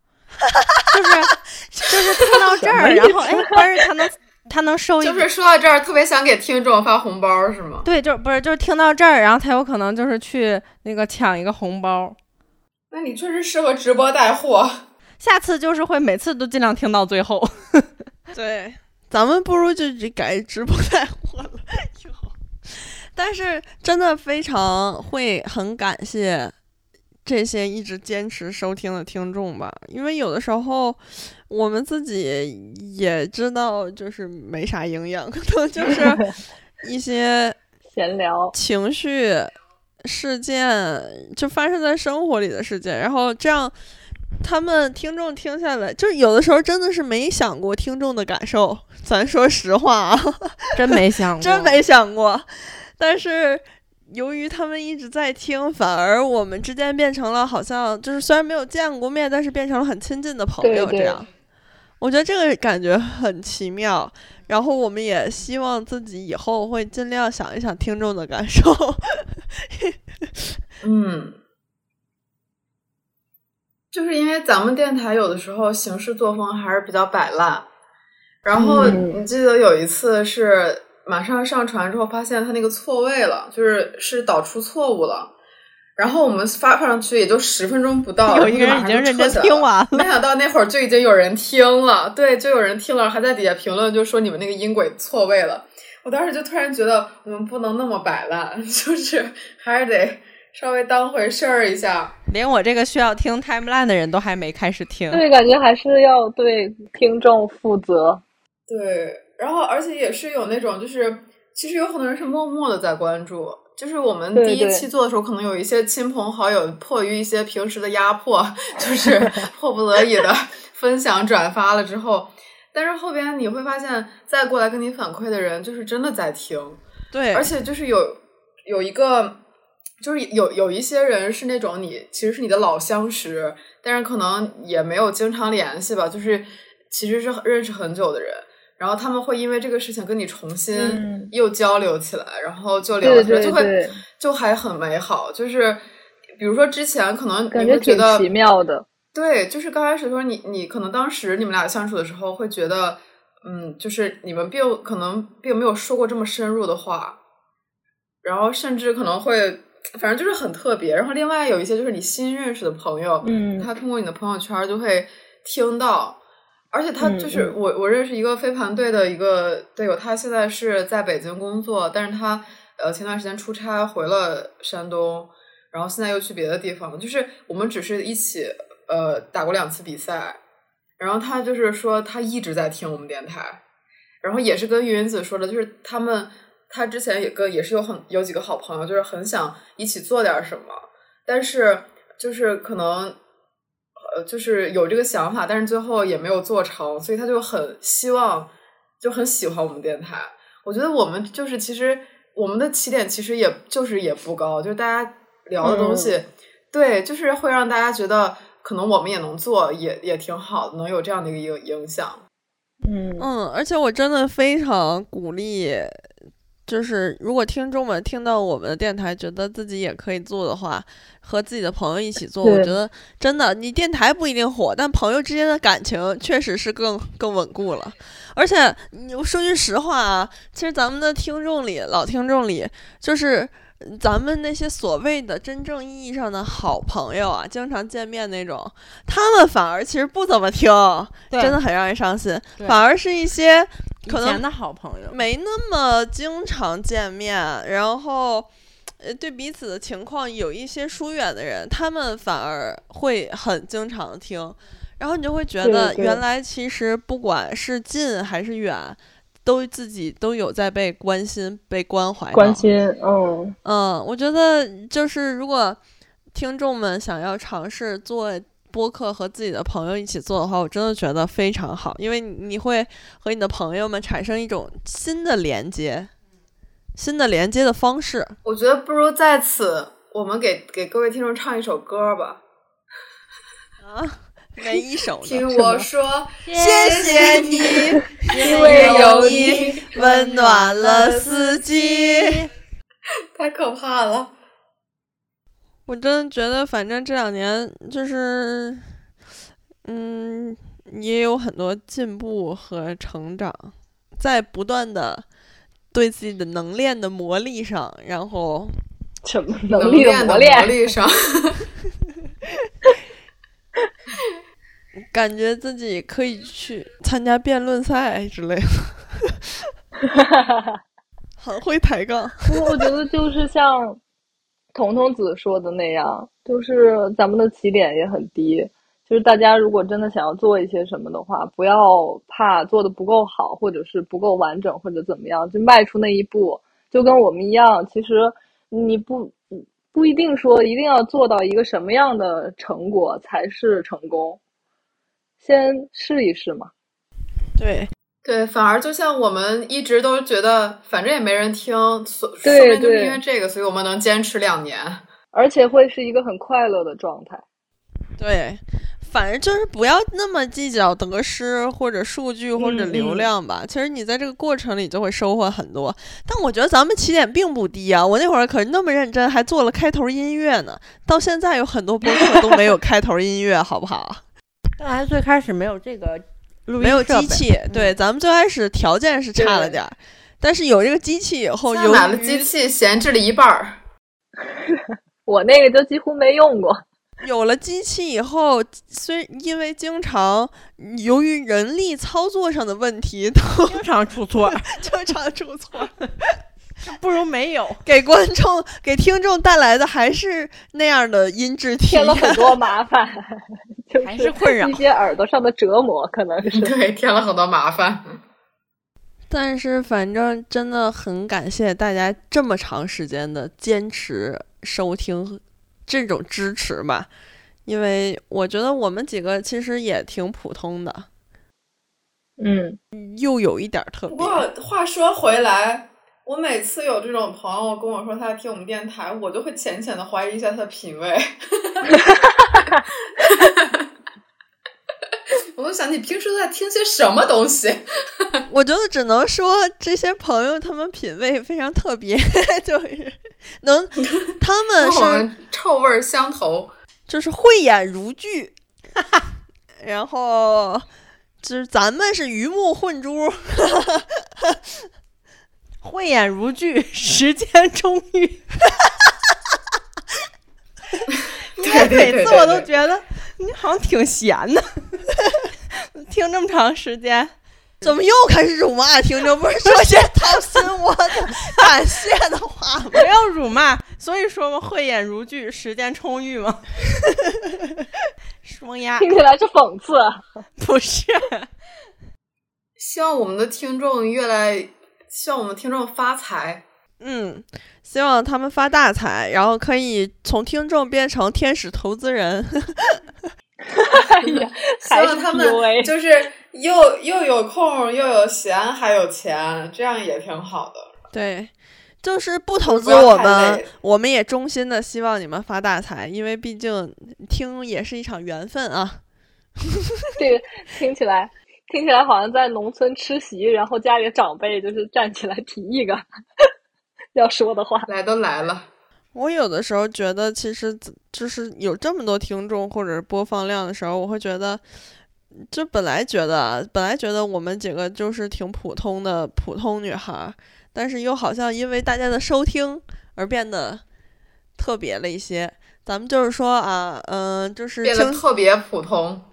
就是听到这儿，然后哎，不是他能收一， 就是说到这儿，特别想给听众发红包是吗？ 对，就是听到这儿，然后他有可能就是去那个抢一个红包。 那你确实适合直播带货。 下次就是会每次都尽量听到最后。 对。咱们不如就改直播带货了但是真的非常会很感谢这些一直坚持收听的听众吧，因为有的时候我们自己也知道就是没啥营养，可能就是一些闲聊情绪事件就发生在生活里的事件，然后这样他们听众听下来，就有的时候真的是没想过听众的感受，咱说实话啊， 真没想过， 真没想过。但是由于他们一直在听，反而我们之间变成了好像就是虽然没有见过面，但是变成了很亲近的朋友这样。我觉得这个感觉很奇妙，然后我们也希望自己以后会尽量想一想听众的感受。 就是因为咱们电台有的时候行事作风还是比较摆烂，然后你记得有一次是马上上传之后发现它那个错位了，是导出错误了，然后我们发上去也就10分钟不到， 有一个人已经认真听完了， 没想到那会儿就已经有人听了，对，就有人听了，还在底下评论就说你们那个音轨错位了。我当时就突然觉得我们不能那么摆烂，就是还是得稍微当回事儿一下。 连我这个需要听 timeline 的人都还没开始听， 对，感觉还是要对听众负责。 对，然后而且也是有那种就是其实有很多人是默默的在关注，就是我们第一期做的时候可能有一些亲朋好友迫于一些平时的压迫，就是迫不得已的分享转发了之后，但是后边你会发现再过来跟你反馈的人就是真的在听。 对， 而且就是有一个就是有一些人是那种其实是你的老相识，但是可能也没有经常联系吧，就是其实是认识很久的人，然后他们会因为这个事情跟你重新又交流起来，然后就聊起来，就还很美好。就是比如说之前可能你会觉得挺奇妙的， 对，就是刚开始的时候你可能当时你们俩相处的时候会觉得就是你们可能并没有说过这么深入的话，然后甚至可能会反正就是很特别。然后另外有一些就是你新认识的朋友，他通过你的朋友圈就会听到，而且他就是我认识一个飞盘队的一个队友，他现在是在北京工作，但是他前段时间出差回了山东，然后现在又去别的地方，就是我们只是一起打过2次比赛，然后他就是说他一直在听我们电台， 然后也是跟云子说的，就是他之前也是有几个好朋友，就是很想一起做点什么，但是就是可能就是有这个想法，但是最后也没有做成，所以他就很希望，就很喜欢我们电台。我觉得我们就是其实我们的起点其实也不高，就是大家聊的东西，对，就是会让大家觉得可能我们也能做，也挺好的，能有这样的一个影响。 而且我真的非常鼓励，就是如果听众们听到我们的电台觉得自己也可以做的话，和自己的朋友一起做，我觉得真的你电台不一定火，但朋友之间的感情确实是更稳固了。而且你说句实话啊，其实咱们的老听众里，就是咱们那些所谓的真正意义上的好朋友啊，经常见面那种，他们反而其实不怎么听，真的很让人伤心。反而是一些可能以前的好朋友没那么经常见面，然后对彼此的情况有一些疏远的人，他们反而会很经常听，然后你就会觉得原来其实不管是近还是远，自己都有在被关心、被关怀。我觉得就是如果听众们想要尝试做播客和自己的朋友一起做的话，我真的觉得非常好，因为你会和你的朋友们产生一种新的连接的方式。 我觉得不如在此我们给各位听众唱一首歌吧。 哪一首呢？ 听我说， 谢谢你，因为有你温暖了四季。 太可怕了！ 我真的觉得，反正这2年就是，也有很多进步和成长，在不断的对自己的能练的磨砺上，然后什么能力的磨砺上。 感觉自己可以去参加辩论赛之类的，很会抬杠。 我觉得就是像彤彤子说的那样，就是咱们的起点也很低，就是大家如果真的想要做一些什么的话，不要怕做的不够好，或者是不够完整，或者怎么样，就迈出那一步。就跟我们一样，其实你不一定说一定要做到一个什么样的成果才是成功，先试一试嘛。 对，反而就像我们一直都觉得反正也没人听，说不定就是因为这个，所以我们能坚持2年， 而且会是一个很快乐的状态。 对，反正就是不要那么计较得失或者数据或者流量吧。其实你在这个过程里就会收获很多。但我觉得咱们起点并不低啊，我那会儿可是那么认真，还做了开头音乐呢。到现在有很多播客都没有开头音乐，好不好？ 但还最开始没有这个录音没有机器，对，咱们最开始条件是差了点，但是有这个机器以后， 买了机器闲置了一半。 我那个就几乎没用过。 有了机器以后，因为经常由于人力操作上的问题，都经常出错，不如没有， 给听众带来的还是那样的音质体验， 添了很多麻烦， 还是困扰， 一些耳朵上的折磨，可能是对，添了很多麻烦。 但是反正真的很感谢大家这么长时间的坚持收听，这种支持吧，因为我觉得我们几个其实也挺普通的，又有一点特别。 不过话说回来，我每次有这种朋友跟我说他听我们电台，我就会浅浅的怀疑一下他的品味。我就想你平时都在听些什么东西。 我觉得只能说这些朋友他们品味非常特别，就是他们是臭味相投， 就是慧眼如炬，然后就是咱们是鱼目混珠， 慧眼如炬，时间充裕。 对， 每次我都觉得你好像挺闲的，听这么长时间， 怎么又开始辱骂听众？不是说些掏心窝的感谢的话吗？ 没有辱骂，所以说嘛，慧眼如炬，时间充裕嘛。双压听起来是讽刺， 不是。 希望我们听众发财。 希望他们发大财，然后可以从听众变成天使投资人。 哎呀， 希望他们就是又有空又有闲还有钱，这样也挺好的。 对，就是不投资我们，我们也衷心的希望你们发大财，因为毕竟听也是一场缘分啊。 这个听起来好像在农村吃席，然后家里的长辈就是站起来提一个要说的话。 来都来了。 我有的时候觉得，其实就是有这么多听众或者播放量的时候，我会觉得，就本来觉得我们几个就是挺普通的普通女孩，但是又好像因为大家的收听而变得特别了一些。咱们就是说啊，就是变得特别普通。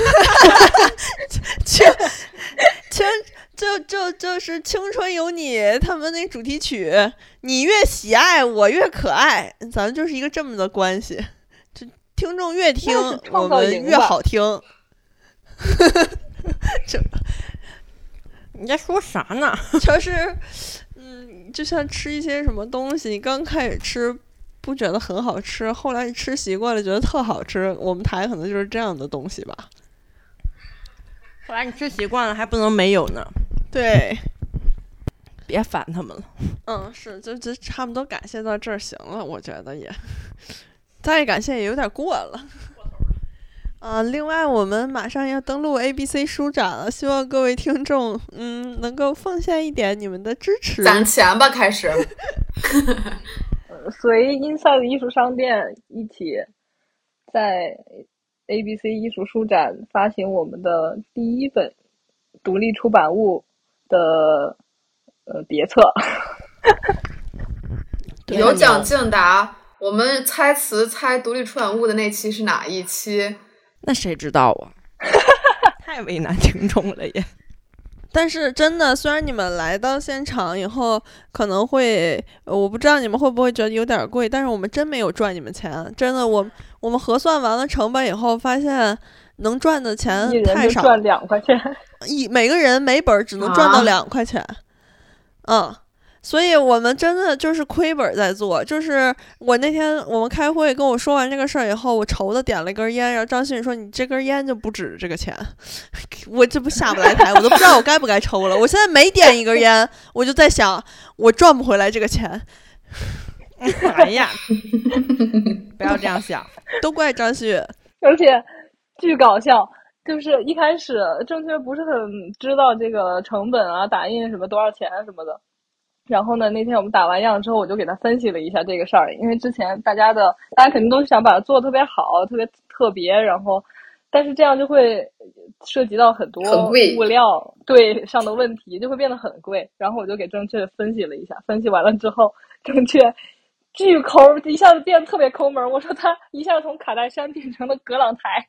就是青春有你他们那主题曲，你越喜爱我越可爱，咱们就是一个这么的关系，就听众越听我们越好听。 你在说啥呢？ 就是就像吃一些什么东西，你刚开始吃不觉得很好吃，后来你吃习惯了觉得特好吃，我们台可能就是这样的东西吧。 后来你吃习惯了还不能没有呢。 对， 别烦他们了。 是，就差不多感谢到这儿行了，我觉得也再感谢也有点过了。另外我们马上要登陆 ABC 书展了，希望各位听众能够奉献一点你们的支持， 攒钱吧，开始。 随 Inside 艺术商店一起在 ABC 艺术书展发行我们的第一本独立出版物的别册。 有奖竞答，我们猜词猜独立出版物的那期是哪一期？ 那谁知道啊？太为难听众了也。 但是真的，虽然你们来到现场以后可能会，我不知道你们会不会觉得有点贵，但是我们真没有赚你们钱，真的，我们核算完了成本以后，发现能赚的钱太少， 赚2块钱， 每个人每本只能赚到2块钱，所以我们真的就是亏本在做。就是我那天我们开会跟我说完这个事儿以后，我愁的点了一根烟，然后张馨予说：“你这根烟就不止这个钱。”我这不下不来台，我都不知道我该不该抽了。我现在每点一根烟，我就在想，我赚不回来这个钱。 哎呀，不要这样想， 都怪张馨予， 而且巨搞笑。就是一开始正确不是很知道这个成本啊，打印什么多少钱什么的。然后呢，那天我们打完样之后，我就给他分析了一下这个事儿，因为之前大家肯定都是想把它做得特别好，特别，然后，但是这样就会涉及到很多物料对上的问题，就会变得很贵。然后我就给正确分析了一下，分析完了之后，正确巨抠，一下子变得特别抠门。我说他一下从卡戴珊变成了葛朗台。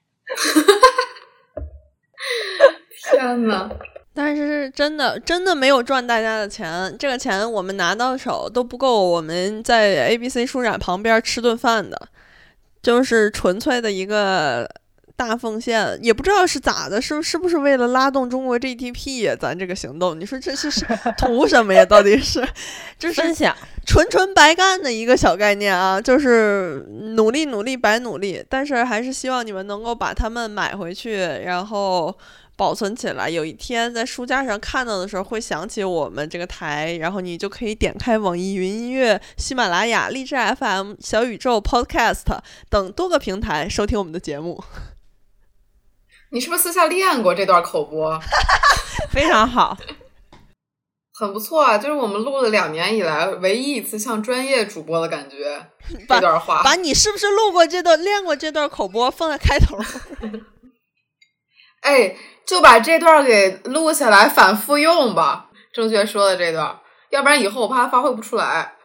天哪！ 但是真的没有赚大家的钱，这个钱我们拿到手都不够我们在 ABC 书展旁边吃顿饭的，就是纯粹的一个大奉献，也不知道是咋的，是不是为了拉动中国 GDP 呀？咱这个行动，你说这是图什么呀？到底是就是分享纯白干的一个小概念啊，就是努力白努力，但是还是希望你们能够把它们买回去，然后保存起来，有一天在书架上看到的时候会想起我们这个台，然后你就可以点开网易云音乐、喜马拉雅、荔枝 FM、小宇宙 Podcast 等多个平台收听我们的节目。 你是不是私下练过这段口播？ 非常好， 很不错啊，就是我们录了2年以来唯一一次像专业主播的感觉。这段话把你是不是练过这段口播放在开头？ 哎，就把这段给录下来反复用吧，正确说的这段，要不然以后我怕发挥不出来。